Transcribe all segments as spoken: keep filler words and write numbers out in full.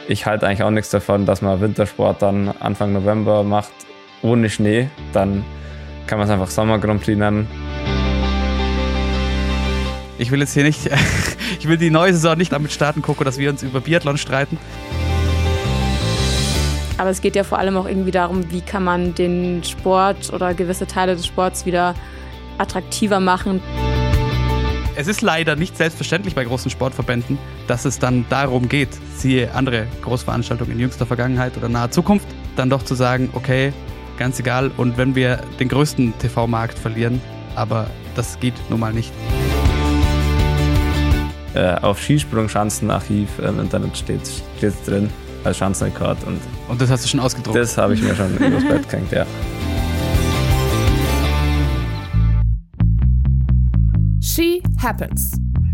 ich halte eigentlich auch nichts davon, dass man Wintersport dann Anfang November macht, ohne Schnee. Dann kann man es einfach Sommer Grand Prix nennen. Ich will jetzt hier nicht, ich will die neue Saison nicht damit starten, Coco, dass wir uns über Biathlon streiten. Aber es geht ja vor allem auch irgendwie darum, wie kann man den Sport oder gewisse Teile des Sports wieder attraktiver machen. Es ist leider nicht selbstverständlich bei großen Sportverbänden, dass es dann darum geht, siehe andere Großveranstaltungen in jüngster Vergangenheit oder naher Zukunft, dann doch zu sagen, okay, ganz egal, und wenn wir den größten T V-Markt verlieren, aber das geht nun mal nicht. Äh, auf Skisprung-Schanzenarchiv im Internet steht es drin, als Schanzenrekord. Und, und das hast du schon ausgedruckt? Das habe ich mir schon übers Bett gehängt, ja. She Happens.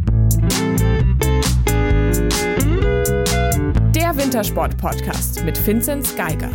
Der Wintersport-Podcast mit Vinzenz Geiger.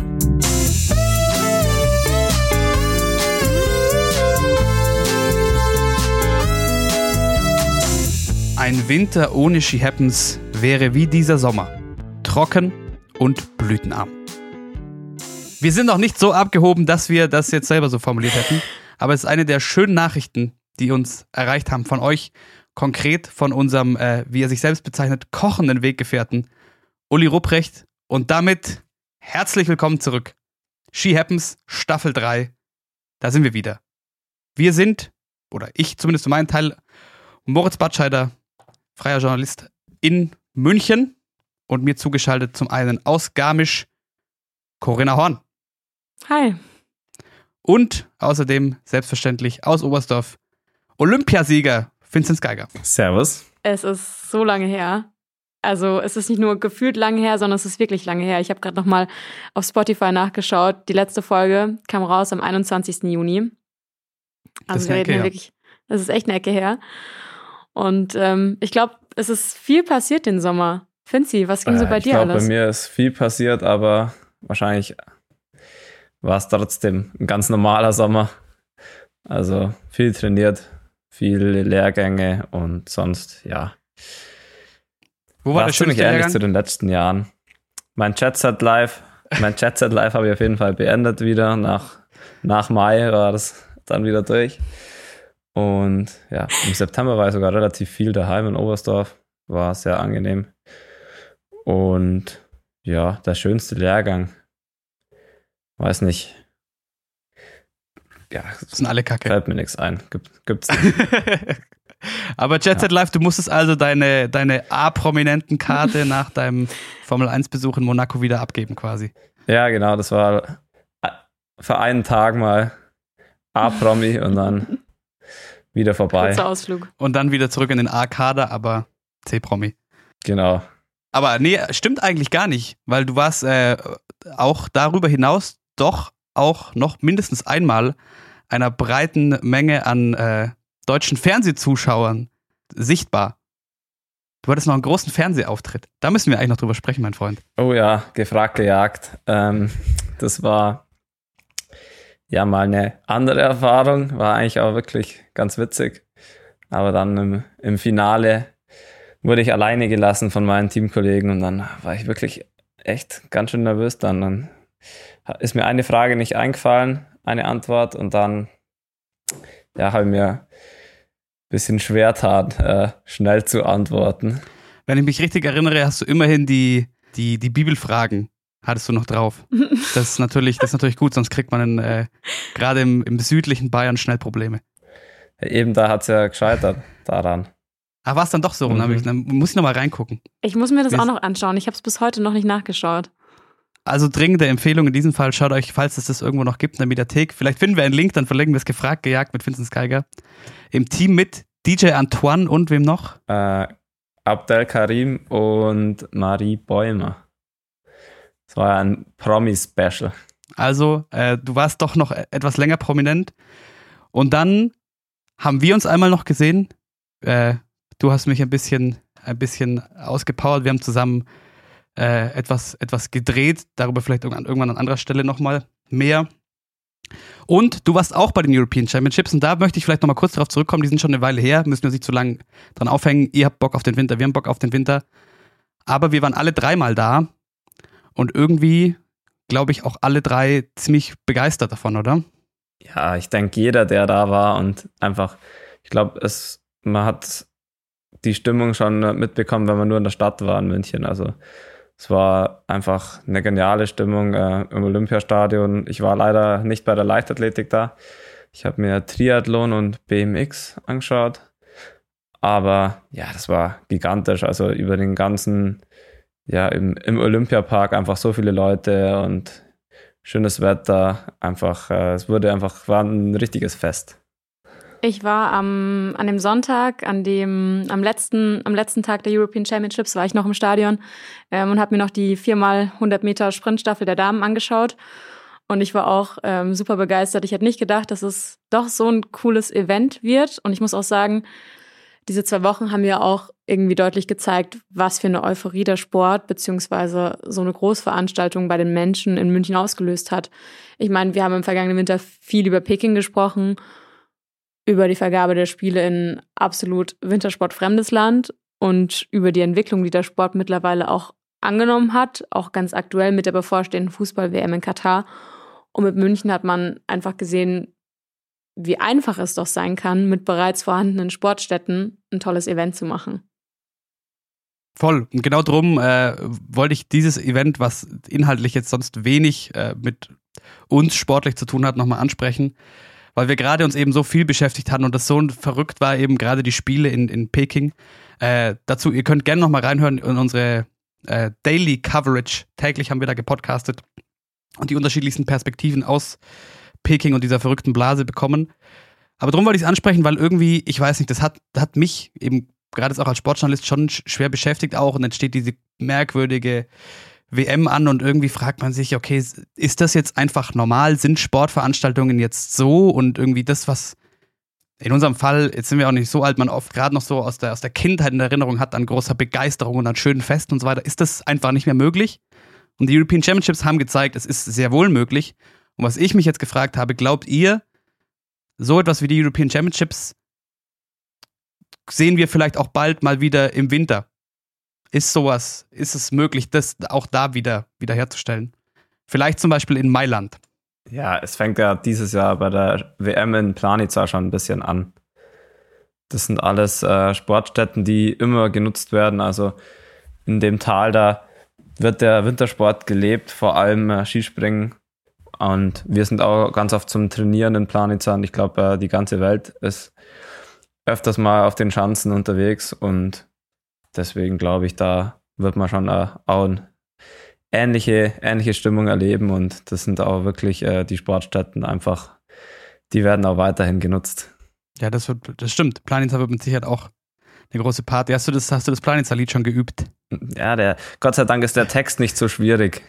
Ein Winter ohne She Happens wäre wie dieser Sommer. Trocken und blütenarm. Wir sind noch nicht so abgehoben, dass wir das jetzt selber so formuliert hätten, aber es ist eine der schönen Nachrichten, die uns erreicht haben von euch, konkret von unserem, äh, wie er sich selbst bezeichnet, kochenden Weggefährten, Uli Rupprecht. Und damit herzlich willkommen zurück. She Happens, Staffel drei. Da sind wir wieder. Wir sind, oder ich zumindest für meinen Teil, Moritz Batscheider, freier Journalist in München, und mir zugeschaltet zum einen aus Garmisch Corinna Horn. Hi. Und außerdem selbstverständlich aus Oberstdorf Olympiasieger Vinzenz Geiger. Servus. Es ist so lange her. Also es ist nicht nur gefühlt lange her, sondern es ist wirklich lange her. Ich habe gerade nochmal auf Spotify nachgeschaut. Die letzte Folge kam raus am einundzwanzigsten Juni. Also wir reden hier wirklich, das ist echt eine Ecke her. Und ähm, ich glaube, es ist viel passiert den Sommer. Vinzi, was ging so bei ich dir glaub, alles? Bei mir ist viel passiert, aber wahrscheinlich war es trotzdem ein ganz normaler Sommer. Also viel trainiert, viele Lehrgänge und sonst, ja. Wo war, war das ziemlich ähnlich zu den letzten Jahren. Mein Jet Set Live, mein Jet Set Live habe ich auf jeden Fall beendet wieder. Nach, nach Mai war das dann wieder durch. Und ja, im September war ich sogar relativ viel daheim in Oberstdorf. War sehr angenehm. Und ja, der schönste Lehrgang. Weiß nicht. Ja, das sind alle Kacke. Fällt mir nichts ein. Gibt, gibt's nicht. Aber Jet Set ja. Live, du musstest also deine, deine A-Prominenten-Karte nach deinem Formel eins Besuch in Monaco wieder abgeben quasi. Ja, genau. Das war für einen Tag mal A-Promi und dann wieder vorbei. Kurzer Ausflug. Und dann wieder zurück in den A-Kader, aber C-Promi. Genau. Aber nee, stimmt eigentlich gar nicht, weil du warst äh, auch darüber hinaus doch auch noch mindestens einmal einer breiten Menge an äh, deutschen Fernsehzuschauern sichtbar. Du hattest noch einen großen Fernsehauftritt. Da müssen wir eigentlich noch drüber sprechen, mein Freund. Oh ja, gefragt, gejagt. Ähm, das war ja mal eine andere Erfahrung, war eigentlich auch wirklich ganz witzig. Aber dann im, im Finale wurde ich alleine gelassen von meinen Teamkollegen und dann war ich wirklich echt ganz schön nervös. Dann, dann ist mir eine Frage nicht eingefallen, eine Antwort, und dann ja, habe ich mir ein bisschen schwer getan, äh, schnell zu antworten. Wenn ich mich richtig erinnere, hast du immerhin die, die, die Bibelfragen hattest du noch drauf. Das ist natürlich, das ist natürlich gut, sonst kriegt man äh, gerade im, im südlichen Bayern schnell Probleme. Ja, eben da hat es ja gescheitert daran. Ach, war es dann doch so? Mhm. Ich, dann muss ich nochmal reingucken. Ich muss mir das auch noch anschauen. Ich habe es bis heute noch nicht nachgeschaut. Also dringende Empfehlung in diesem Fall. Schaut euch, falls es das irgendwo noch gibt, in der Mediathek. Vielleicht finden wir einen Link, dann verlinken wir es gefragt, gejagt mit Vinzenz Geiger. Im Team mit D J Antoine und wem noch? Äh, Abdel Karim und Marie Bäumer. Das war ein Promi-Special. Also, äh, du warst doch noch etwas länger prominent. Und dann haben wir uns einmal noch gesehen. Äh, Du hast mich ein bisschen, ein bisschen ausgepowert. Wir haben zusammen äh, etwas, etwas gedreht. Darüber vielleicht irgendwann an anderer Stelle nochmal mehr. Und du warst auch bei den European Championships. Und da möchte ich vielleicht nochmal kurz darauf zurückkommen. Die sind schon eine Weile her. Müssen wir uns nicht zu lange dran aufhängen. Ihr habt Bock auf den Winter, wir haben Bock auf den Winter. Aber wir waren alle dreimal da. und irgendwie, glaube ich, auch alle drei ziemlich begeistert davon, oder? Ja, ich denke, jeder, der da war und einfach, ich glaube, es, man hat die Stimmung schon mitbekommen, wenn man nur in der Stadt war in München. Also es war einfach eine geniale Stimmung äh, im Olympiastadion. Ich war leider nicht bei der Leichtathletik da. Ich habe mir Triathlon und B M X angeschaut. Aber ja, das war gigantisch. Also über den ganzen, ja, im, im Olympiapark einfach so viele Leute und schönes Wetter. Einfach, äh, es wurde einfach, war ein richtiges Fest. Ich war am, an dem Sonntag, an dem, am letzten, am letzten Tag der European Championships, war ich noch im Stadion ähm, und habe mir noch die vier mal hundert Meter Sprintstaffel der Damen angeschaut. Und ich war auch ähm, super begeistert. Ich hätte nicht gedacht, dass es doch so ein cooles Event wird. Und ich muss auch sagen, diese zwei Wochen haben mir auch irgendwie deutlich gezeigt, was für eine Euphorie der Sport beziehungsweise so eine Großveranstaltung bei den Menschen in München ausgelöst hat. Ich meine, wir haben im vergangenen Winter viel über Peking gesprochen, über die Vergabe der Spiele in absolut wintersportfremdes Land und über die Entwicklung, die der Sport mittlerweile auch angenommen hat, auch ganz aktuell mit der bevorstehenden Fußball-W M in Katar. Und mit München hat man einfach gesehen, wie einfach es doch sein kann, mit bereits vorhandenen Sportstätten ein tolles Event zu machen. Voll. Und genau drum äh, wollte ich dieses Event, was inhaltlich jetzt sonst wenig äh, mit uns sportlich zu tun hat, nochmal ansprechen. Weil wir gerade uns eben so viel beschäftigt hatten und das so verrückt war, eben gerade die Spiele in, in Peking. Äh, dazu, ihr könnt gerne nochmal reinhören in unsere äh, Daily Coverage. Täglich haben wir da gepodcastet und die unterschiedlichsten Perspektiven aus Peking und dieser verrückten Blase bekommen. Aber darum wollte ich es ansprechen, weil irgendwie, ich weiß nicht, das hat, hat mich eben gerade auch als Sportjournalist schon schwer beschäftigt auch und dann steht diese merkwürdige W M an und irgendwie fragt man sich, okay, ist das jetzt einfach normal? Sind Sportveranstaltungen jetzt so und irgendwie das, was in unserem Fall, jetzt sind wir auch nicht so alt, man oft gerade noch so aus der, aus der Kindheit in Erinnerung hat an großer Begeisterung und an schönen Festen und so weiter, ist das einfach nicht mehr möglich? Und die European Championships haben gezeigt, es ist sehr wohl möglich. Und was ich mich jetzt gefragt habe, glaubt ihr, so etwas wie die European Championships sehen wir vielleicht auch bald mal wieder im Winter? Ist sowas, ist es möglich, das auch da wieder, wieder herzustellen? Vielleicht zum Beispiel in Mailand. Ja, es fängt ja dieses Jahr bei der W M in Planica schon ein bisschen an. Das sind alles äh, Sportstätten, die immer genutzt werden. Also in dem Tal, da wird der Wintersport gelebt, vor allem äh, Skispringen. Und wir sind auch ganz oft zum Trainieren in Planica. Und ich glaube, äh, die ganze Welt ist öfters mal auf den Schanzen unterwegs und deswegen glaube ich, da wird man schon äh, auch eine ähnliche, ähnliche Stimmung erleben und das sind auch wirklich äh, die Sportstätten einfach, die werden auch weiterhin genutzt. Ja, das, wird, das stimmt. Planica wird mit Sicherheit auch eine große Party. Hast du das, hast du das Planica-Lied schon geübt? Ja, der, Gott sei Dank ist der Text nicht so schwierig.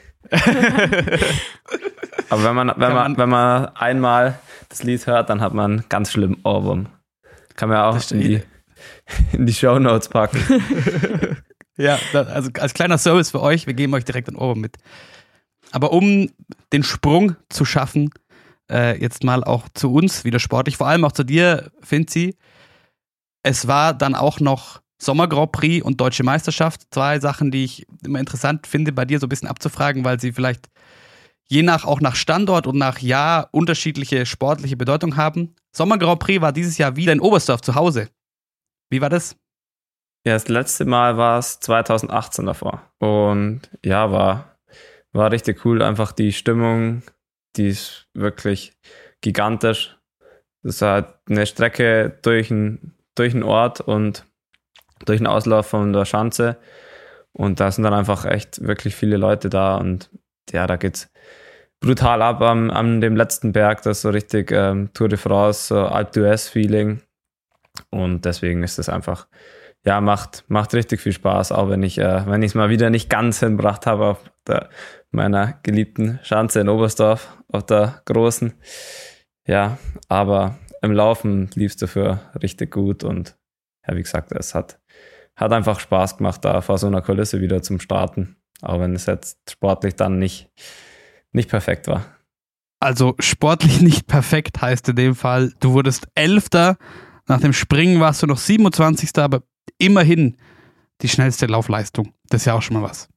Aber wenn man, wenn man, wenn man einmal das Lied hört, dann hat man einen ganz schlimmen Ohrwurm. Kann man ja auch in die, in die Shownotes packen. Ja, also als kleiner Service für euch, wir geben euch direkt ein Ohrwurm mit. Aber um den Sprung zu schaffen, äh, jetzt mal auch zu uns wieder sportlich, vor allem auch zu dir, Finzi, es war dann auch noch Sommer Grand Prix und Deutsche Meisterschaft. Zwei Sachen, die ich immer interessant finde, bei dir so ein bisschen abzufragen, weil sie vielleicht je nach, auch nach Standort und nach Jahr unterschiedliche sportliche Bedeutung haben. Sommer Grand Prix war dieses Jahr wieder in Oberstdorf zu Hause. Wie war das? Ja, das letzte Mal war es zwanzig achtzehn davor. Und ja, war, war richtig cool. Einfach die Stimmung, die ist wirklich gigantisch. Das ist halt eine Strecke durch einen durch einen Ort und durch einen Auslauf von der Schanze. Und da sind dann einfach echt wirklich viele Leute da. Und ja, da geht's brutal ab am, an dem letzten Berg. Das ist so richtig ähm, Tour de France, so Alpe d'Huez-Feeling. Und deswegen ist es einfach, ja, macht, macht richtig viel Spaß, auch wenn ich äh, wenn ich es mal wieder nicht ganz hinbracht habe auf der, meiner geliebten Schanze in Oberstdorf, auf der großen. Ja, aber im Laufen lief es dafür richtig gut und ja, wie gesagt, es hat, hat einfach Spaß gemacht, da vor so einer Kulisse wieder zum Starten, auch wenn es jetzt sportlich dann nicht, nicht perfekt war. Also sportlich nicht perfekt heißt in dem Fall, du wurdest Elfter. Nach dem Springen warst du noch siebenundzwanzigster aber immerhin die schnellste Laufleistung. Das ist ja auch schon mal was.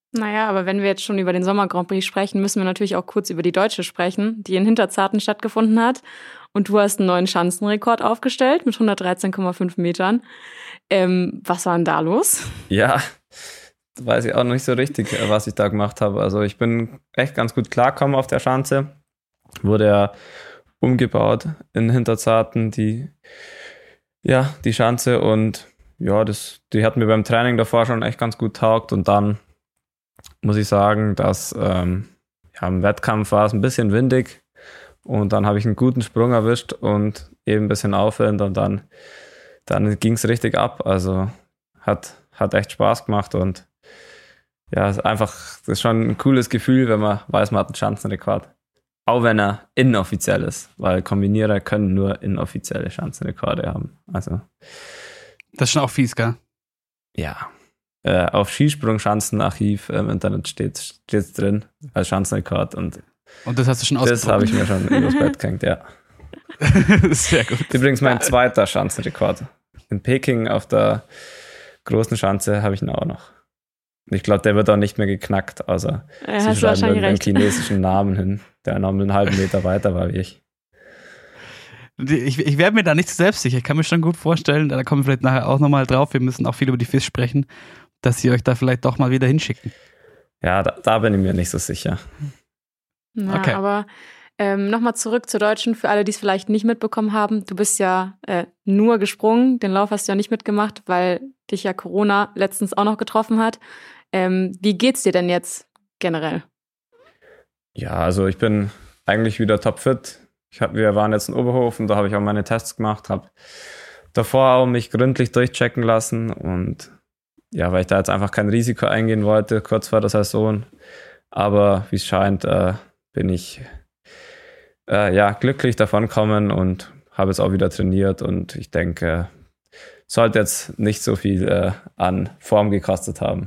Naja, aber wenn wir jetzt schon über den Sommer Grand Prix sprechen, müssen wir natürlich auch kurz über die Deutsche sprechen, die in Hinterzarten stattgefunden hat. Und du hast einen neuen Schanzenrekord aufgestellt mit hundertdreizehn Komma fünf Metern. Ähm, was war denn da los? Ja, weiß ich auch noch nicht so richtig, was ich da gemacht habe. Also ich bin echt ganz gut klargekommen auf der Schanze. Wurde ja umgebaut in Hinterzarten, die, ja, die Schanze. Und ja, das, die hat mir beim Training davor schon echt ganz gut taugt. Und dann muss ich sagen, dass ähm, ja, im Wettkampf war es ein bisschen windig. Und dann habe ich einen guten Sprung erwischt und eben ein bisschen Aufwind und dann, dann ging es richtig ab. Also hat, hat echt Spaß gemacht und ja, ist einfach, das ist schon ein cooles Gefühl, wenn man weiß, man hat einen Schanzenrekord. Auch wenn er inoffiziell ist, weil Kombinierer können nur inoffizielle Schanzenrekorde haben. Also das ist schon auch fies, gell? Ja. Äh, auf Skisprung-Schanzenarchiv im Internet steht es drin als Schanzenrekord und Und das hast du schon das habe ich mir schon übers Bett gehängt, ja. Sehr gut. Übrigens mein zweiter Schanzenrekord. In Peking auf der großen Schanze habe ich ihn auch noch. Ich glaube, der wird auch nicht mehr geknackt, außer Ja, sie hast du schreiben wahrscheinlich irgendeinen recht. chinesischen Namen hin, der noch einen halben Meter weiter war wie ich. Ich, ich werde mir da nicht so selbstsicher. Ich kann mir schon gut vorstellen, da kommen wir vielleicht nachher auch nochmal drauf, wir müssen auch viel über die F I S sprechen, dass sie euch da vielleicht doch mal wieder hinschicken. Ja, da, da bin ich mir nicht so sicher. Ja, Okay. aber ähm, nochmal zurück zur Deutschen, für alle, die es vielleicht nicht mitbekommen haben. Du bist ja äh, nur gesprungen, den Lauf hast du ja nicht mitgemacht, weil dich ja Corona letztens auch noch getroffen hat. Ähm, wie geht's dir denn jetzt generell? Ja, also ich bin eigentlich wieder topfit. Ich hab, wir waren jetzt in Oberhofen, da habe ich auch meine Tests gemacht, habe davor auch mich gründlich durchchecken lassen und ja, weil ich da jetzt einfach kein Risiko eingehen wollte, kurz vor der Saison. Aber wie es scheint, äh, bin ich äh, ja glücklich davon kommen und habe jetzt auch wieder trainiert und ich denke, sollte jetzt nicht so viel äh, an Form gekostet haben.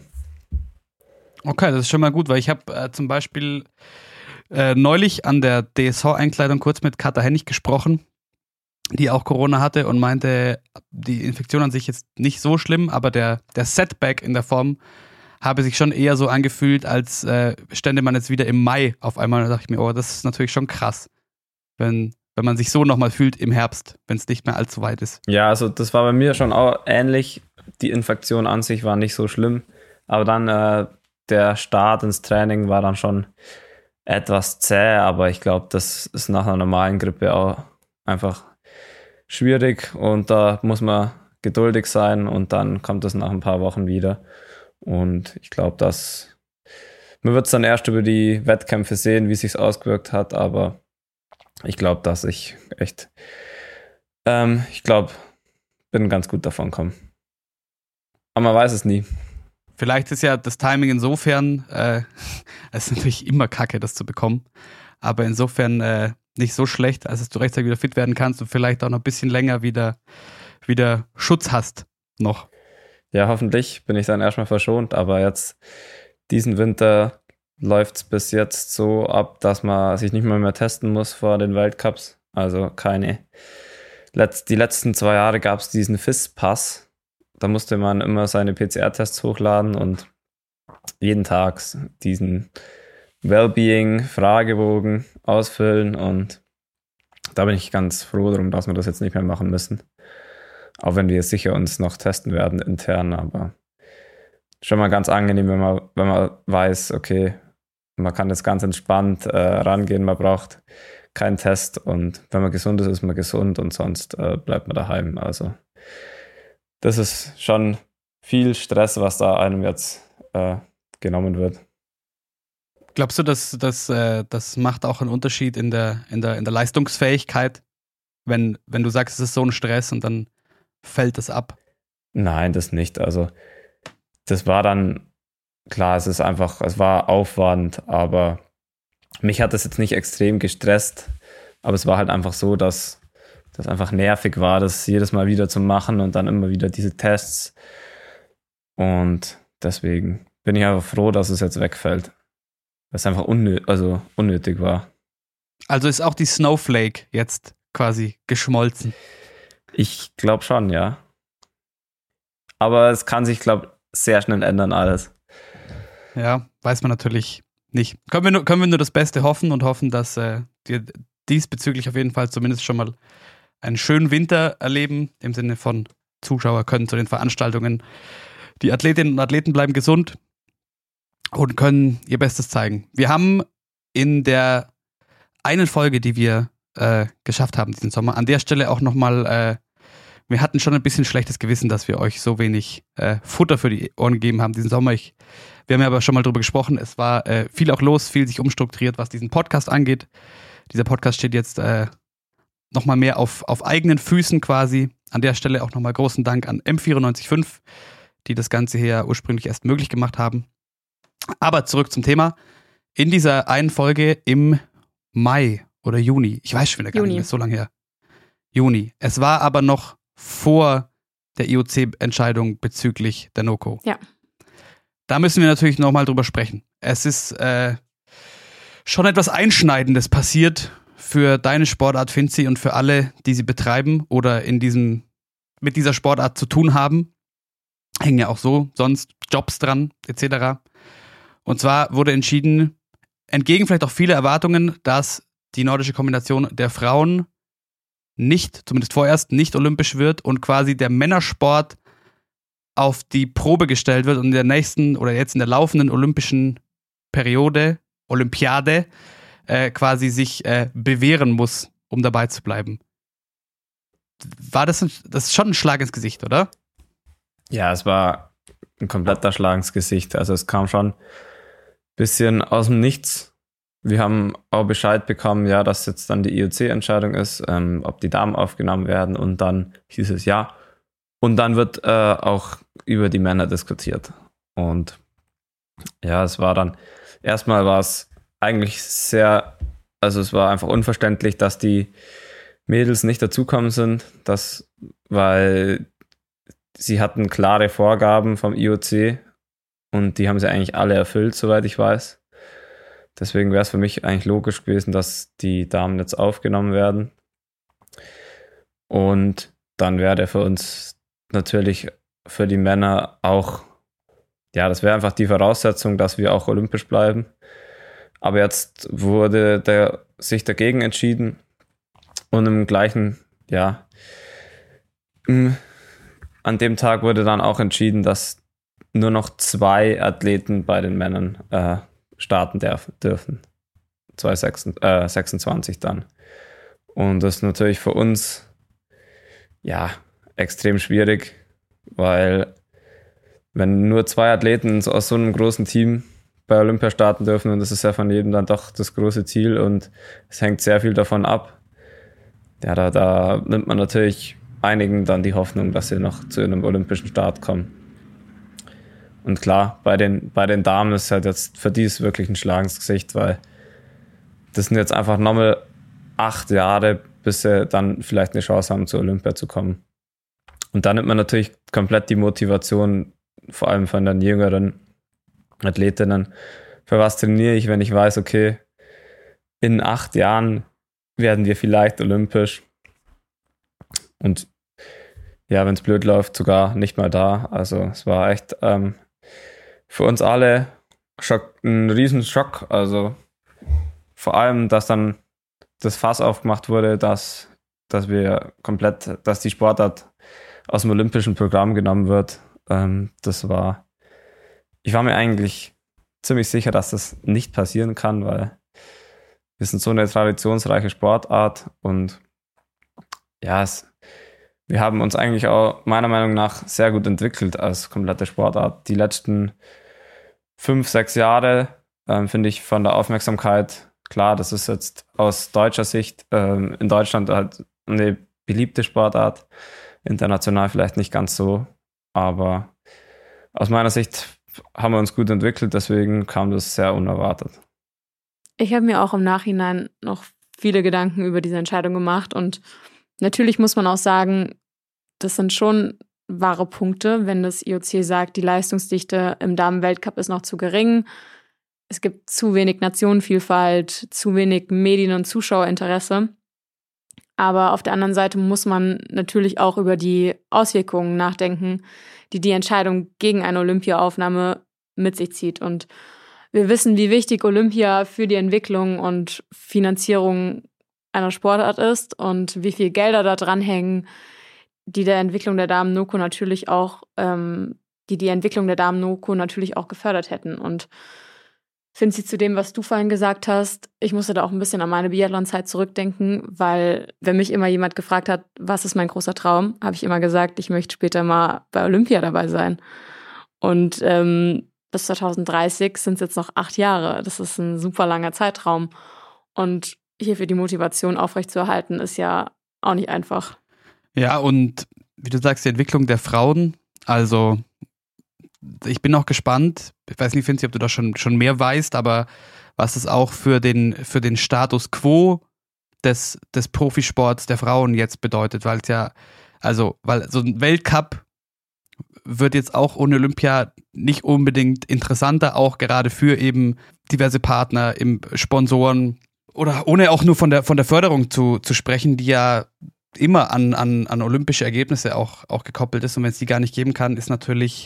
Okay, das ist schon mal gut, weil ich habe äh, zum Beispiel äh, neulich an der D S V-Einkleidung kurz mit Katha Hennig gesprochen, die auch Corona hatte und meinte, die Infektion an sich ist nicht so schlimm, aber der, der Setback in der Form habe sich schon eher so angefühlt, als äh, stände man jetzt wieder im Mai auf einmal. Da dachte ich mir, oh, das ist natürlich schon krass, wenn, wenn man sich so nochmal fühlt im Herbst, wenn es nicht mehr allzu weit ist. Ja, also das war bei mir schon auch ähnlich. Die Infektion an sich war nicht so schlimm, aber dann äh, der Start ins Training war dann schon etwas zäh, aber ich glaube, das ist nach einer normalen Grippe auch einfach schwierig und da muss man geduldig sein und dann kommt es nach ein paar Wochen wieder. Und ich glaube, dass man wird es dann erst über die Wettkämpfe sehen, wie es sich ausgewirkt hat, aber ich glaube, dass ich echt, ähm, ich glaube, bin ganz gut davon gekommen. Aber man weiß es nie. Vielleicht ist ja das Timing insofern, äh, es ist natürlich immer kacke, das zu bekommen, aber insofern äh, nicht so schlecht, als dass du rechtzeitig wieder fit werden kannst und vielleicht auch noch ein bisschen länger wieder, wieder Schutz hast noch. Ja, hoffentlich bin ich dann erstmal verschont, aber jetzt diesen Winter läuft es bis jetzt so ab, dass man sich nicht mehr mehr testen muss vor den Weltcups. Also keine. Letz, die letzten zwei Jahre gab es diesen F I S-Pass. Da musste man immer seine P C R-Tests hochladen und jeden Tag diesen Wellbeing-Fragebogen ausfüllen und da bin ich ganz froh darum, dass wir das jetzt nicht mehr machen müssen. Auch wenn wir sicher uns noch testen werden intern, aber schon mal ganz angenehm, wenn man, wenn man weiß, okay, man kann jetzt ganz entspannt äh, rangehen, man braucht keinen Test und wenn man gesund ist, ist man gesund und sonst äh, bleibt man daheim. Also das ist schon viel Stress, was da einem jetzt äh, genommen wird. Glaubst du, dass das, äh, das macht auch einen Unterschied in der, in der, in der Leistungsfähigkeit, wenn, wenn du sagst, es ist so ein Stress und dann fällt das ab? Nein, das nicht. Also das war dann, klar, es ist einfach, es war Aufwand, aber mich hat das jetzt nicht extrem gestresst, aber es war halt einfach so, dass das einfach nervig war, das jedes Mal wieder zu machen und dann immer wieder diese Tests und deswegen bin ich einfach froh, dass es jetzt wegfällt, weil es einfach unnö- also unnötig war. Also ist auch die Snowflake jetzt quasi geschmolzen? Ich glaube schon, ja. Aber es kann sich, glaube ich, sehr schnell ändern alles. Ja, weiß man natürlich nicht. Können wir nur, können wir nur das Beste hoffen und hoffen, dass äh, wir diesbezüglich auf jeden Fall zumindest schon mal einen schönen Winter erleben, im Sinne von Zuschauer können zu den Veranstaltungen. Die Athletinnen und Athleten bleiben gesund und können ihr Bestes zeigen. Wir haben in der einen Folge, die wir äh, geschafft haben diesen Sommer, an der Stelle auch nochmal, äh, wir hatten schon ein bisschen schlechtes Gewissen, dass wir euch so wenig äh, Futter für die Ohren gegeben haben diesen Sommer. Ich, wir haben ja aber schon mal drüber gesprochen, es war äh, viel auch los, viel sich umstrukturiert, was diesen Podcast angeht. Dieser Podcast steht jetzt äh, nochmal mehr auf, auf eigenen Füßen quasi. An der Stelle auch nochmal großen Dank an M vierundneunzig Komma fünf, die das Ganze hier ursprünglich erst möglich gemacht haben. Aber zurück zum Thema. In dieser einen Folge im Mai oder Juni, ich weiß schon wieder gar Juni. nicht mehr, ist so lange her. Juni. Es war aber noch vor der I O C-Entscheidung bezüglich der NOCO. Ja. Da müssen wir natürlich nochmal drüber sprechen. Es ist äh, schon etwas Einschneidendes passiert für deine Sportart, Finzi, und für alle, die sie betreiben oder in diesem, mit dieser Sportart zu tun haben. Hängen ja auch so sonst Jobs dran, et cetera. Und zwar wurde entschieden, entgegen vielleicht auch viele Erwartungen, dass die nordische Kombination der Frauen nicht, zumindest vorerst, nicht olympisch wird und quasi der Männersport auf die Probe gestellt wird und in der nächsten oder jetzt in der laufenden olympischen Periode, Olympiade, äh, quasi sich äh, bewähren muss, um dabei zu bleiben. War das, ein, das ist schon ein Schlag ins Gesicht, oder? Ja, es war ein kompletter Schlag ins Gesicht. Also es kam schon ein bisschen aus dem Nichts. Wir haben auch Bescheid bekommen, ja, dass jetzt dann die I O C-Entscheidung ist, ähm, ob die Damen aufgenommen werden, und dann hieß es ja. Und dann wird äh, auch über die Männer diskutiert. Und ja, es war dann, erstmal war es eigentlich sehr, also es war einfach unverständlich, dass die Mädels nicht dazukommen sind, dass, weil sie hatten klare Vorgaben vom I O C und die haben sie eigentlich alle erfüllt, soweit ich weiß. Deswegen wäre es für mich eigentlich logisch gewesen, dass die Damen jetzt aufgenommen werden. Und dann wäre für uns natürlich für die Männer auch, ja, das wäre einfach die Voraussetzung, dass wir auch olympisch bleiben. Aber jetzt wurde der, sich dagegen entschieden und im gleichen, ja, im, an dem Tag wurde dann auch entschieden, dass nur noch zwei Athleten bei den Männern äh, starten derf, dürfen. zweitausendsechsundzwanzig dann. Und das ist natürlich für uns, ja, extrem schwierig, weil wenn nur zwei Athleten aus so einem großen Team bei Olympia starten dürfen, und das ist ja von jedem dann doch das große Ziel und es hängt sehr viel davon ab, ja, da, da nimmt man natürlich einigen dann die Hoffnung, dass sie noch zu einem olympischen Start kommen. Und klar, bei den, bei den Damen ist halt jetzt für die ist wirklich ein Schlag ins Gesicht, weil das sind jetzt einfach nochmal acht Jahre, bis sie dann vielleicht eine Chance haben, zu Olympia zu kommen. Und da nimmt man natürlich komplett die Motivation, vor allem von den jüngeren Athletinnen. Für was trainiere ich, wenn ich weiß, okay, in acht Jahren werden wir vielleicht olympisch. Und ja, wenn es blöd läuft, sogar nicht mal da. Also es war echt ähm, für uns alle Schock, ein Riesenschock. Also vor allem, dass dann das Fass aufgemacht wurde, dass, dass wir komplett, dass die Sportart aus dem olympischen Programm genommen wird. Ähm, das war, ich war mir eigentlich ziemlich sicher, dass das nicht passieren kann, weil wir sind so eine traditionsreiche Sportart und ja, es, wir haben uns eigentlich auch meiner Meinung nach sehr gut entwickelt als komplette Sportart. Die letzten fünf, sechs Jahre ähm, finde ich von der Aufmerksamkeit, klar, das ist jetzt aus deutscher Sicht ähm, in Deutschland halt eine beliebte Sportart, international vielleicht nicht ganz so, aber aus meiner Sicht haben wir uns gut entwickelt, deswegen kam das sehr unerwartet. Ich habe mir auch im Nachhinein noch viele Gedanken über diese Entscheidung gemacht und natürlich muss man auch sagen, das sind schon wahre Punkte, wenn das I O C sagt, die Leistungsdichte im Damenweltcup ist noch zu gering. Es gibt zu wenig Nationenvielfalt, zu wenig Medien- und Zuschauerinteresse. Aber auf der anderen Seite muss man natürlich auch über die Auswirkungen nachdenken, die die Entscheidung gegen eine Olympiaaufnahme mit sich zieht. Und wir wissen, wie wichtig Olympia für die Entwicklung und Finanzierung einer Sportart ist und wie viel Gelder da dranhängen, die der Entwicklung der Damen-Noko natürlich auch, ähm, die die Entwicklung der Damen-Noko natürlich auch gefördert hätten. Und finde sie zu dem, was du vorhin gesagt hast, ich musste da auch ein bisschen an meine Biathlon-Zeit zurückdenken, weil wenn mich immer jemand gefragt hat, was ist mein großer Traum, habe ich immer gesagt, ich möchte später mal bei Olympia dabei sein. Und ähm, bis zwanzig dreißig sind es jetzt noch acht Jahre. Das ist ein super langer Zeitraum. Und hierfür die Motivation aufrechtzuerhalten, ist ja auch nicht einfach. Ja, und wie du sagst, die Entwicklung der Frauen, also ich bin auch gespannt, ich weiß nicht, Finzi, ob du da schon, schon mehr weißt, aber was es auch für den, für den Status quo des, des Profisports der Frauen jetzt bedeutet, weil es ja, also, weil so ein Weltcup wird jetzt auch ohne Olympia nicht unbedingt interessanter, auch gerade für eben diverse Partner, im Sponsoren oder ohne auch nur von der, von der Förderung zu, zu sprechen, die ja immer an, an, an olympische Ergebnisse auch, auch gekoppelt ist, und wenn es die gar nicht geben kann, ist natürlich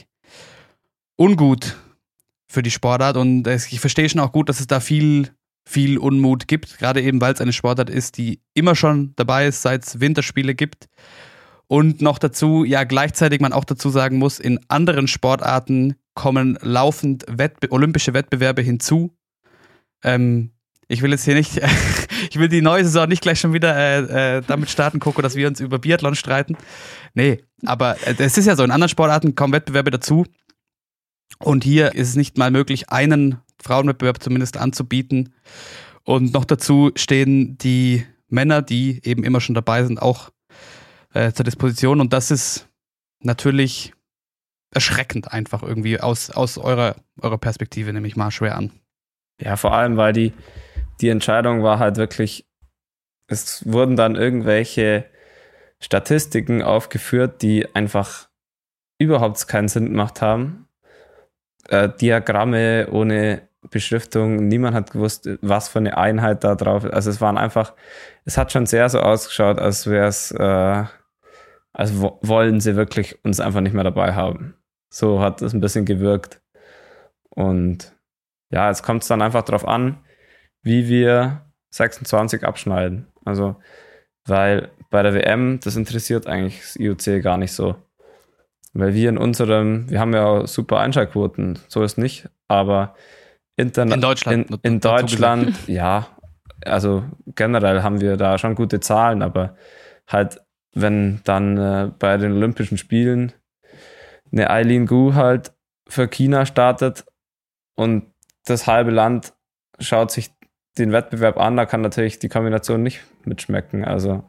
ungut für die Sportart, und ich verstehe schon auch gut, dass es da viel, viel Unmut gibt, gerade eben, weil es eine Sportart ist, die immer schon dabei ist, seit es Winterspiele gibt, und noch dazu, ja, gleichzeitig man auch dazu sagen muss, in anderen Sportarten kommen laufend Wettbe- olympische Wettbewerbe hinzu. Ähm, ich will jetzt hier nicht, ich will die neue Saison nicht gleich schon wieder äh, äh, damit starten, Coco, dass wir uns über Biathlon streiten. Nee, aber äh, es ist ja so, in anderen Sportarten kommen Wettbewerbe dazu. Und hier ist es nicht mal möglich, einen Frauenwettbewerb zumindest anzubieten. Und noch dazu stehen die Männer, die eben immer schon dabei sind, auch äh, zur Disposition. Und das ist natürlich erschreckend einfach irgendwie aus, aus eurer, eurer Perspektive, nehme ich mal schwer an. Ja, vor allem, weil die, die Entscheidung war halt wirklich, es wurden dann irgendwelche Statistiken aufgeführt, die einfach überhaupt keinen Sinn gemacht haben. Äh, Diagramme ohne Beschriftung, niemand hat gewusst, was für eine Einheit da drauf ist. Also es waren einfach, es hat schon sehr so ausgeschaut, als wäre es, äh, als wo- wollen sie wirklich uns einfach nicht mehr dabei haben. So hat es ein bisschen gewirkt. Und ja, jetzt kommt es dann einfach drauf an, wie wir sechsundzwanzig abschneiden. Also, weil bei der W M, das interessiert eigentlich das I O C gar nicht so. Weil wir in unserem, wir haben ja auch super Einschaltquoten, so ist nicht, aber interna- In Deutschland. in, in Deutschland, ja, also generell haben wir da schon gute Zahlen, aber halt, wenn dann äh, bei den Olympischen Spielen eine Eileen Gu halt für China startet und das halbe Land schaut sich den Wettbewerb an, da kann natürlich die Kombination nicht mitschmecken. Also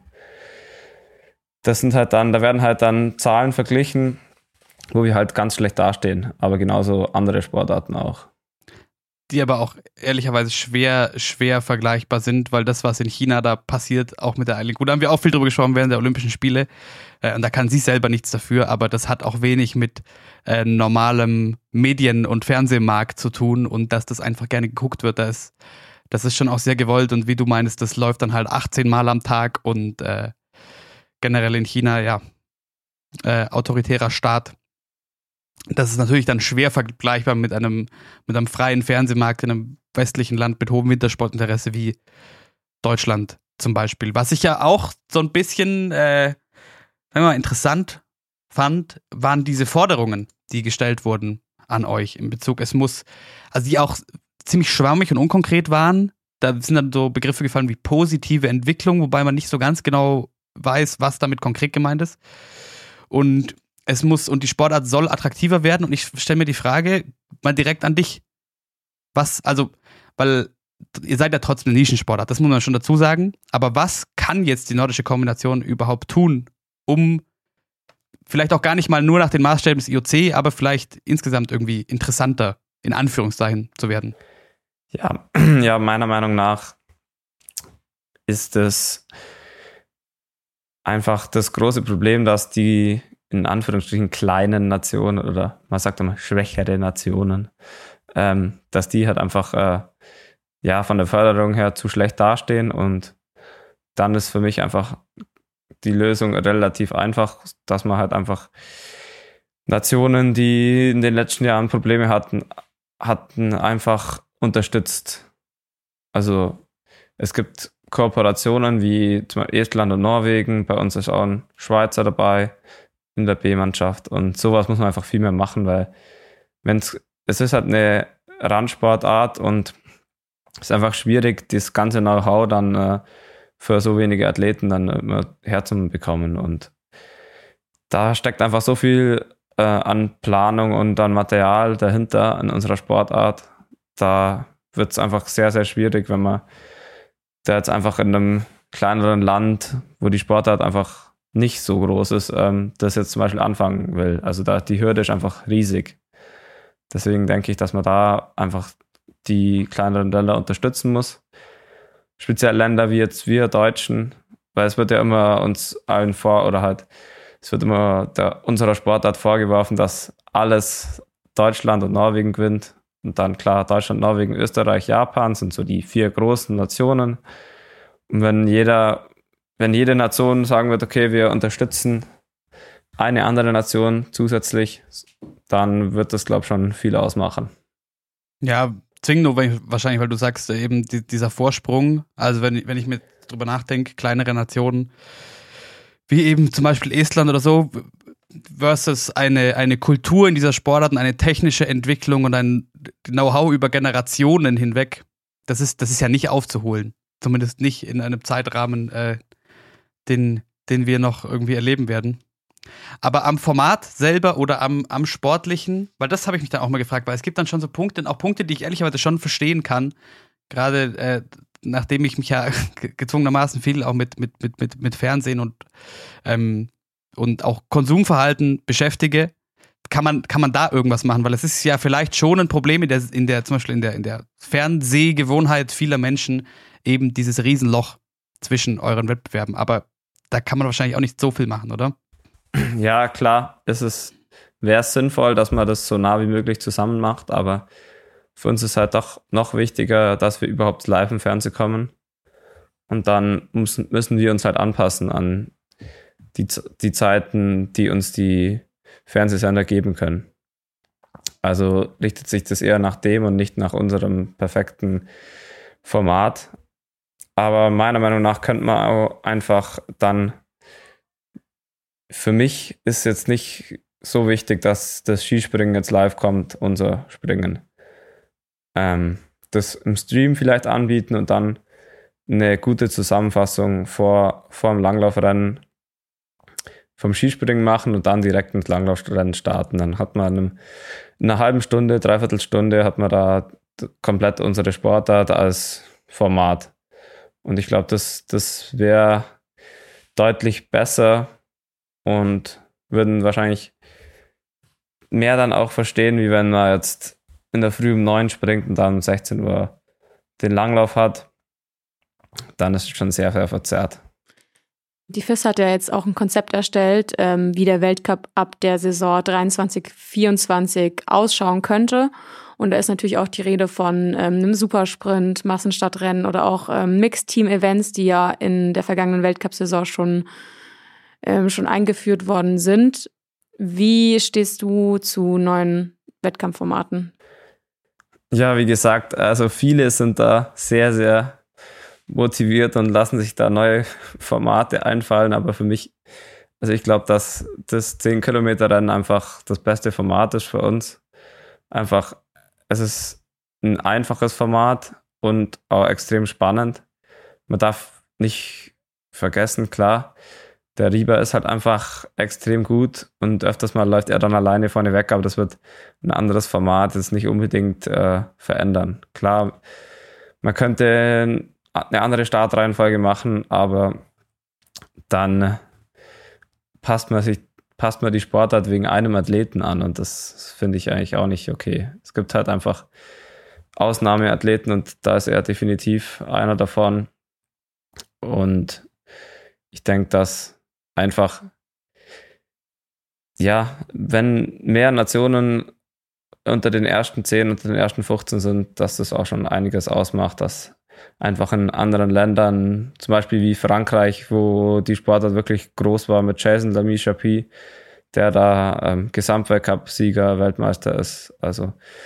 das sind halt dann, da werden halt dann Zahlen verglichen, wo wir halt ganz schlecht dastehen, aber genauso andere Sportarten auch. Die aber auch ehrlicherweise schwer, schwer vergleichbar sind, weil das, was in China da passiert, auch mit der Eileen Gu, da haben wir auch viel drüber gesprochen während der Olympischen Spiele, äh, und da kann sie selber nichts dafür, aber das hat auch wenig mit äh, normalem Medien- und Fernsehmarkt zu tun, und dass das einfach gerne geguckt wird, das ist, das ist schon auch sehr gewollt, und wie du meinst, das läuft dann halt achtzehn Mal am Tag, und äh, generell in China, ja, äh, autoritärer Staat. Das ist natürlich dann schwer vergleichbar mit einem, mit einem freien Fernsehmarkt in einem westlichen Land mit hohem Wintersportinteresse wie Deutschland zum Beispiel. Was ich ja auch so ein bisschen äh, sagen wir mal, interessant fand, waren diese Forderungen, die gestellt wurden an euch in Bezug. Es muss, also die auch ziemlich schwammig und unkonkret waren. Da sind dann so Begriffe gefallen wie positive Entwicklung, wobei man nicht so ganz genau weiß, was damit konkret gemeint ist. Und es muss, und die Sportart soll attraktiver werden, und ich stelle mir die Frage mal direkt an dich. Was, also, weil ihr seid ja trotzdem eine Nischensportart, das muss man schon dazu sagen, aber was kann jetzt die nordische Kombination überhaupt tun, um vielleicht auch gar nicht mal nur nach den Maßstäben des I O C, aber vielleicht insgesamt irgendwie interessanter, in Anführungszeichen, zu werden? Ja, ja, meiner Meinung nach ist es einfach das große Problem, dass die in Anführungsstrichen kleinen Nationen oder man sagt immer schwächere Nationen, ähm, dass die halt einfach äh, ja von der Förderung her zu schlecht dastehen, und dann ist für mich einfach die Lösung relativ einfach, dass man halt einfach Nationen, die in den letzten Jahren Probleme hatten, hatten einfach unterstützt. Also es gibt Kooperationen wie zum Beispiel Estland und Norwegen. Bei uns ist auch ein Schweizer dabei in der B-Mannschaft. Und sowas muss man einfach viel mehr machen, weil wenn's, es ist halt eine Randsportart und es ist einfach schwierig, das ganze Know-how dann äh, für so wenige Athleten dann immer herzubekommen. Und da steckt einfach so viel äh, an Planung und an Material dahinter in unserer Sportart. Da wird es einfach sehr, sehr schwierig, wenn man da jetzt einfach in einem kleineren Land, wo die Sportart einfach nicht so groß ist, ähm, das jetzt zum Beispiel anfangen will. Also da die Hürde ist einfach riesig. Deswegen denke ich, dass man da einfach die kleineren Länder unterstützen muss. Speziell Länder wie jetzt wir Deutschen, weil es wird ja immer uns allen vor, oder halt, es wird immer der, unserer Sportart vorgeworfen, dass alles Deutschland und Norwegen gewinnt. Und dann klar, Deutschland, Norwegen, Österreich, Japan sind so die vier großen Nationen. Und wenn jeder, wenn jede Nation sagen wird, okay, wir unterstützen eine andere Nation zusätzlich, dann wird das, glaube ich, schon viel ausmachen. Ja, zwingend nur wahrscheinlich, weil du sagst, eben die, dieser Vorsprung, also wenn, wenn ich mir drüber nachdenke, kleinere Nationen, wie eben zum Beispiel Estland oder so, versus eine, eine Kultur in dieser Sportart und eine technische Entwicklung und ein Know-how über Generationen hinweg, das ist, das ist ja nicht aufzuholen. Zumindest nicht in einem Zeitrahmen, äh, den, den wir noch irgendwie erleben werden. Aber am Format selber oder am, am Sportlichen, weil das habe ich mich dann auch mal gefragt, weil es gibt dann schon so Punkte, auch Punkte, die ich ehrlicherweise schon verstehen kann, gerade äh, nachdem ich mich ja gezwungenermaßen viel auch mit, mit, mit, mit, mit Fernsehen und ähm, und auch Konsumverhalten beschäftige, kann man, kann man da irgendwas machen? Weil es ist ja vielleicht schon ein Problem in der, in der zum Beispiel in der, in der Fernsehgewohnheit vieler Menschen, eben dieses Riesenloch zwischen euren Wettbewerben. Aber da kann man wahrscheinlich auch nicht so viel machen, oder? Ja, klar, es ist, wäre es sinnvoll, dass man das so nah wie möglich zusammen macht, aber für uns ist halt doch noch wichtiger, dass wir überhaupt live im Fernsehen kommen. Und dann müssen, müssen wir uns halt anpassen an Die, die Zeiten, die uns die Fernsehsender geben können. Also richtet sich das eher nach dem und nicht nach unserem perfekten Format. Aber meiner Meinung nach könnte man auch einfach dann, für mich ist jetzt nicht so wichtig, dass das Skispringen jetzt live kommt, unser Springen. Ähm, das im Stream vielleicht anbieten und dann eine gute Zusammenfassung vor, vor dem Langlaufrennen vom Skispringen machen und dann direkt ins Langlaufrennen starten. Dann hat man in einer halben Stunde, dreiviertel Stunde hat man da komplett unsere Sportart als Format. Und ich glaube, das, das wäre deutlich besser und würden wahrscheinlich mehr dann auch verstehen, wie wenn man jetzt in der Früh um neun springt und dann um sechzehn Uhr den Langlauf hat. Dann ist es schon sehr, sehr verzerrt. Die F I S hat ja jetzt auch ein Konzept erstellt, ähm, wie der Weltcup ab der Saison dreiundzwanzig vierundzwanzig ausschauen könnte. Und da ist natürlich auch die Rede von ähm, einem Supersprint, Massenstartrennen oder auch ähm, Mixed-Team-Events, die ja in der vergangenen Weltcup-Saison schon, ähm, schon eingeführt worden sind. Wie stehst du zu neuen Wettkampfformaten? Ja, wie gesagt, also viele sind da sehr, sehr motiviert und lassen sich da neue Formate einfallen, aber für mich, also ich glaube, dass das zehn Kilometer Rennen einfach das beste Format ist für uns. Einfach, es ist ein einfaches Format und auch extrem spannend. Man darf nicht vergessen, klar, der Rieber ist halt einfach extrem gut und öfters mal läuft er dann alleine vorne weg, aber das wird ein anderes Format jetzt nicht unbedingt äh, verändern. Klar, man könnte eine andere Startreihenfolge machen, aber dann passt man sich, passt man die Sportart wegen einem Athleten an und das finde ich eigentlich auch nicht okay. Es gibt halt einfach Ausnahmeathleten und da ist er definitiv einer davon. Und ich denke, dass einfach, ja, wenn mehr Nationen unter den ersten zehn, unter den ersten fünfzehn sind, dass das auch schon einiges ausmacht, dass einfach in anderen Ländern, zum Beispiel wie Frankreich, wo die Sportart wirklich groß war mit Jason Lamy-Chapuis, der da ähm, Gesamtweltcup-Sieger, Weltmeister ist. Also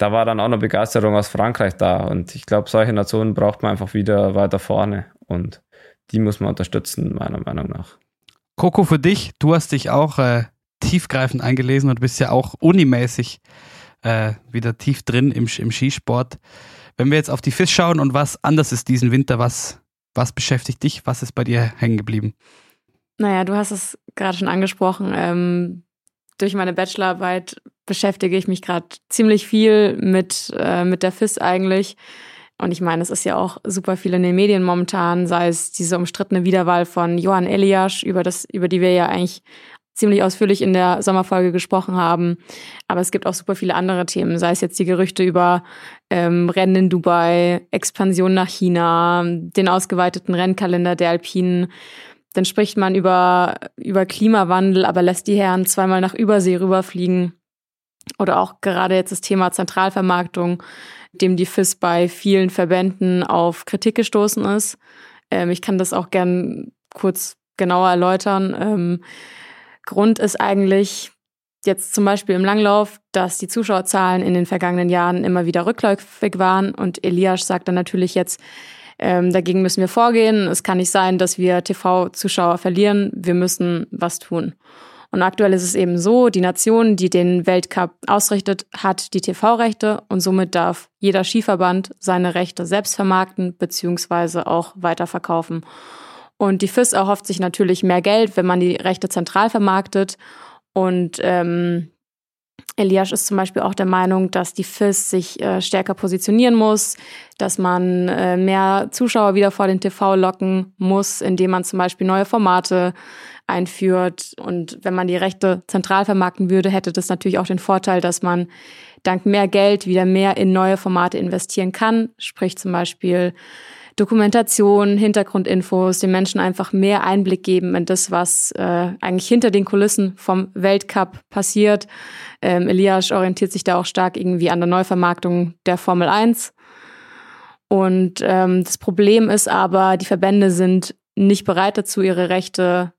da war dann auch noch Begeisterung aus Frankreich da. Und ich glaube, solche Nationen braucht man einfach wieder weiter vorne. Und die muss man unterstützen, meiner Meinung nach. Coco, für dich, du hast dich auch äh, tiefgreifend eingelesen und bist ja auch unimäßig äh, wieder tief drin im, im Skisport. Wenn wir jetzt auf die F I S schauen und was anders ist diesen Winter, was, was beschäftigt dich? Was ist bei dir hängen geblieben? Naja, du hast es gerade schon angesprochen. Ähm, durch meine Bachelorarbeit beschäftige ich mich gerade ziemlich viel mit, äh, mit der F I S eigentlich. Und ich meine, es ist ja auch super viel in den Medien momentan, sei es diese umstrittene Wiederwahl von Johan Elias, über das, über die wir ja eigentlich ziemlich ausführlich in der Sommerfolge gesprochen haben. Aber es gibt auch super viele andere Themen, sei es jetzt die Gerüchte über ähm, Rennen in Dubai, Expansion nach China, den ausgeweiteten Rennkalender der Alpinen. Dann spricht man über, über Klimawandel, aber lässt die Herren zweimal nach Übersee rüberfliegen. Oder auch gerade jetzt das Thema Zentralvermarktung, dem die F I S bei vielen Verbänden auf Kritik gestoßen ist. Ähm, ich kann das auch gern kurz genauer erläutern. Ähm, Grund ist eigentlich jetzt zum Beispiel im Langlauf, dass die Zuschauerzahlen in den vergangenen Jahren immer wieder rückläufig waren. Und Elias sagt dann natürlich jetzt, ähm, dagegen müssen wir vorgehen. Es kann nicht sein, dass wir T V-Zuschauer verlieren. Wir müssen was tun. Und aktuell ist es eben so, die Nation, die den Weltcup ausrichtet, hat die T V-Rechte und somit darf jeder Skiverband seine Rechte selbst vermarkten bzw. auch weiterverkaufen. Und die F I S erhofft sich natürlich mehr Geld, wenn man die Rechte zentral vermarktet. Und ähm, Elias ist zum Beispiel auch der Meinung, dass die F I S sich äh, stärker positionieren muss, dass man äh, mehr Zuschauer wieder vor den T V locken muss, indem man zum Beispiel neue Formate einführt. Und wenn man die Rechte zentral vermarkten würde, hätte das natürlich auch den Vorteil, dass man dank mehr Geld wieder mehr in neue Formate investieren kann. Sprich zum Beispiel Dokumentation, Hintergrundinfos, den Menschen einfach mehr Einblick geben in das, was äh, eigentlich hinter den Kulissen vom Weltcup passiert. Ähm, Elias orientiert sich da auch stark irgendwie an der Neuvermarktung der Formel eins. Und ähm, das Problem ist aber, die Verbände sind nicht bereit dazu, ihre Rechte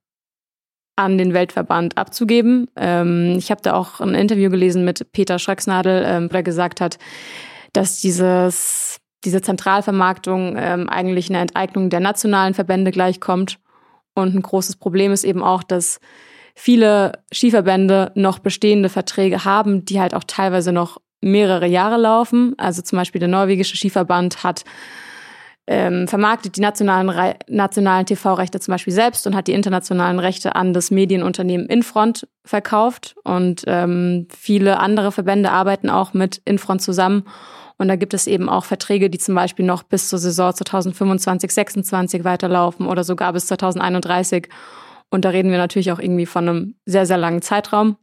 an den Weltverband abzugeben. Ähm, ich habe da auch ein Interview gelesen mit Peter Schröcksnadel, ähm, der gesagt hat, dass dieses diese Zentralvermarktung ähm, eigentlich eine Enteignung der nationalen Verbände gleichkommt. Und ein großes Problem ist eben auch, dass viele Skiverbände noch bestehende Verträge haben, die halt auch teilweise noch mehrere Jahre laufen. Also zum Beispiel der norwegische Skiverband hat ähm, vermarktet die nationalen, Re- nationalen T V-Rechte zum Beispiel selbst und hat die internationalen Rechte an das Medienunternehmen Infront verkauft. Und ähm, viele andere Verbände arbeiten auch mit Infront zusammen. Und da gibt es eben auch Verträge, die zum Beispiel noch bis zur Saison zwanzig fünfundzwanzig sechsundzwanzig weiterlaufen oder sogar bis zwanzig einunddreißig. Und da reden wir natürlich auch irgendwie von einem sehr, sehr langen Zeitraum.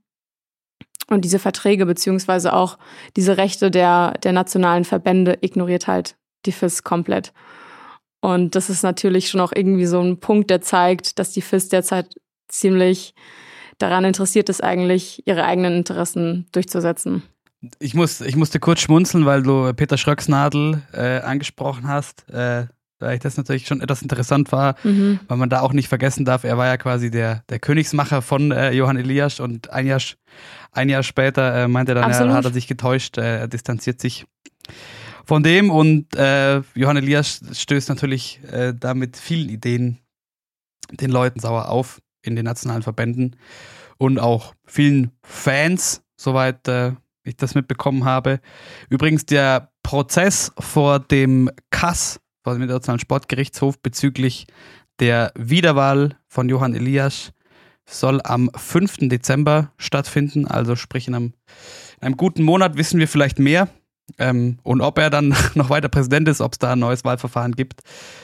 Und diese Verträge beziehungsweise auch diese Rechte der, der nationalen Verbände ignoriert halt die F I S komplett. Und das ist natürlich schon auch irgendwie so ein Punkt, der zeigt, dass die F I S derzeit ziemlich daran interessiert ist, eigentlich ihre eigenen Interessen durchzusetzen. Ich, muss, ich musste kurz schmunzeln, weil du Peter Schröcksnadel äh, angesprochen hast, äh, weil ich das natürlich schon etwas interessant war, mhm. weil man da auch nicht vergessen darf, er war ja quasi der, der Königsmacher von äh, Johan Elias und ein Jahr, ein Jahr später äh, meinte er dann, er, hat er sich getäuscht, äh, er distanziert sich von dem und äh, Johan Elias stößt natürlich äh, da mit vielen Ideen den Leuten sauer auf in den nationalen Verbänden und auch vielen Fans, soweit äh, ich das mitbekommen habe. Übrigens der Prozess vor dem K A S, vor dem Internationalen Sportgerichtshof, bezüglich der Wiederwahl von Johan Elias soll am fünften Dezember stattfinden, also sprich in einem, in einem guten Monat wissen wir vielleicht mehr. Ähm, und ob er dann noch weiter Präsident ist, ob es da ein neues Wahlverfahren gibt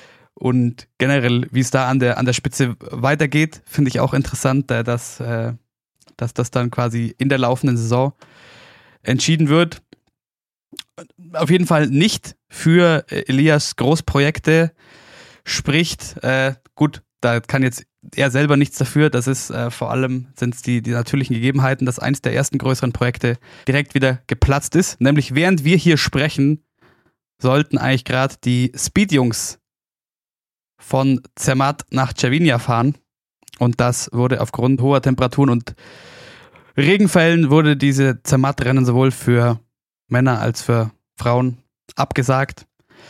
und generell, wie es da an der, an der Spitze weitergeht, finde ich auch interessant, äh, dass, äh, dass das dann quasi in der laufenden Saison entschieden wird. Auf jeden Fall nicht für Elias Großprojekte spricht. Äh, gut, da kann jetzt er selber nichts dafür. Das ist äh, vor allem sind es die, die natürlichen Gegebenheiten, dass eins der ersten größeren Projekte direkt wieder geplatzt ist. Nämlich während wir hier sprechen, sollten eigentlich gerade die Speed-Jungs von Zermatt nach Cervinia fahren. Und das wurde aufgrund hoher Temperaturen und Regenfällen wurde diese Zermatt-Rennen sowohl für Männer als für Frauen abgesagt.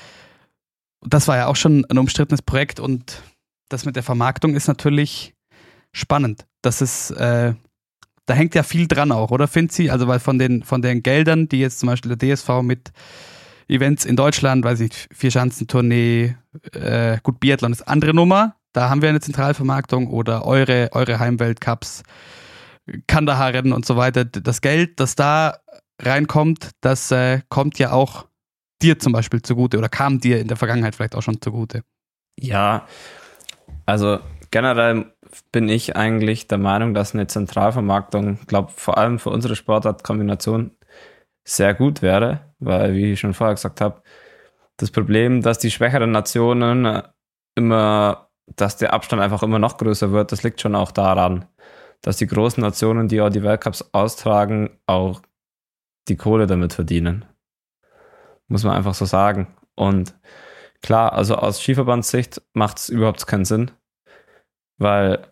Das war ja auch schon ein umstrittenes Projekt und das mit der Vermarktung ist natürlich spannend. Das ist, äh, da hängt ja viel dran auch, oder Finzi? Also weil von den, von den Geldern, die jetzt zum Beispiel der D S V mit Events in Deutschland, weiß ich nicht, Vierschanzentournee, äh, gut, Biathlon ist andere Nummer, da haben wir eine Zentralvermarktung oder eure, eure Heimweltcups, Kandahar-Rennen und so weiter. Das Geld, das da reinkommt, das äh, kommt ja auch dir zum Beispiel zugute oder kam dir in der Vergangenheit vielleicht auch schon zugute. Ja, also generell bin ich eigentlich der Meinung, dass eine Zentralvermarktung, glaube vor allem für unsere Sportartkombination sehr gut wäre, weil, wie ich schon vorher gesagt habe, das Problem, dass die schwächeren Nationen immer, dass der Abstand einfach immer noch größer wird, das liegt schon auch daran, dass die großen Nationen, die auch die Weltcups austragen, auch die Kohle damit verdienen. Muss man einfach so sagen. Und klar, also aus Skiverbandssicht macht es überhaupt keinen Sinn, weil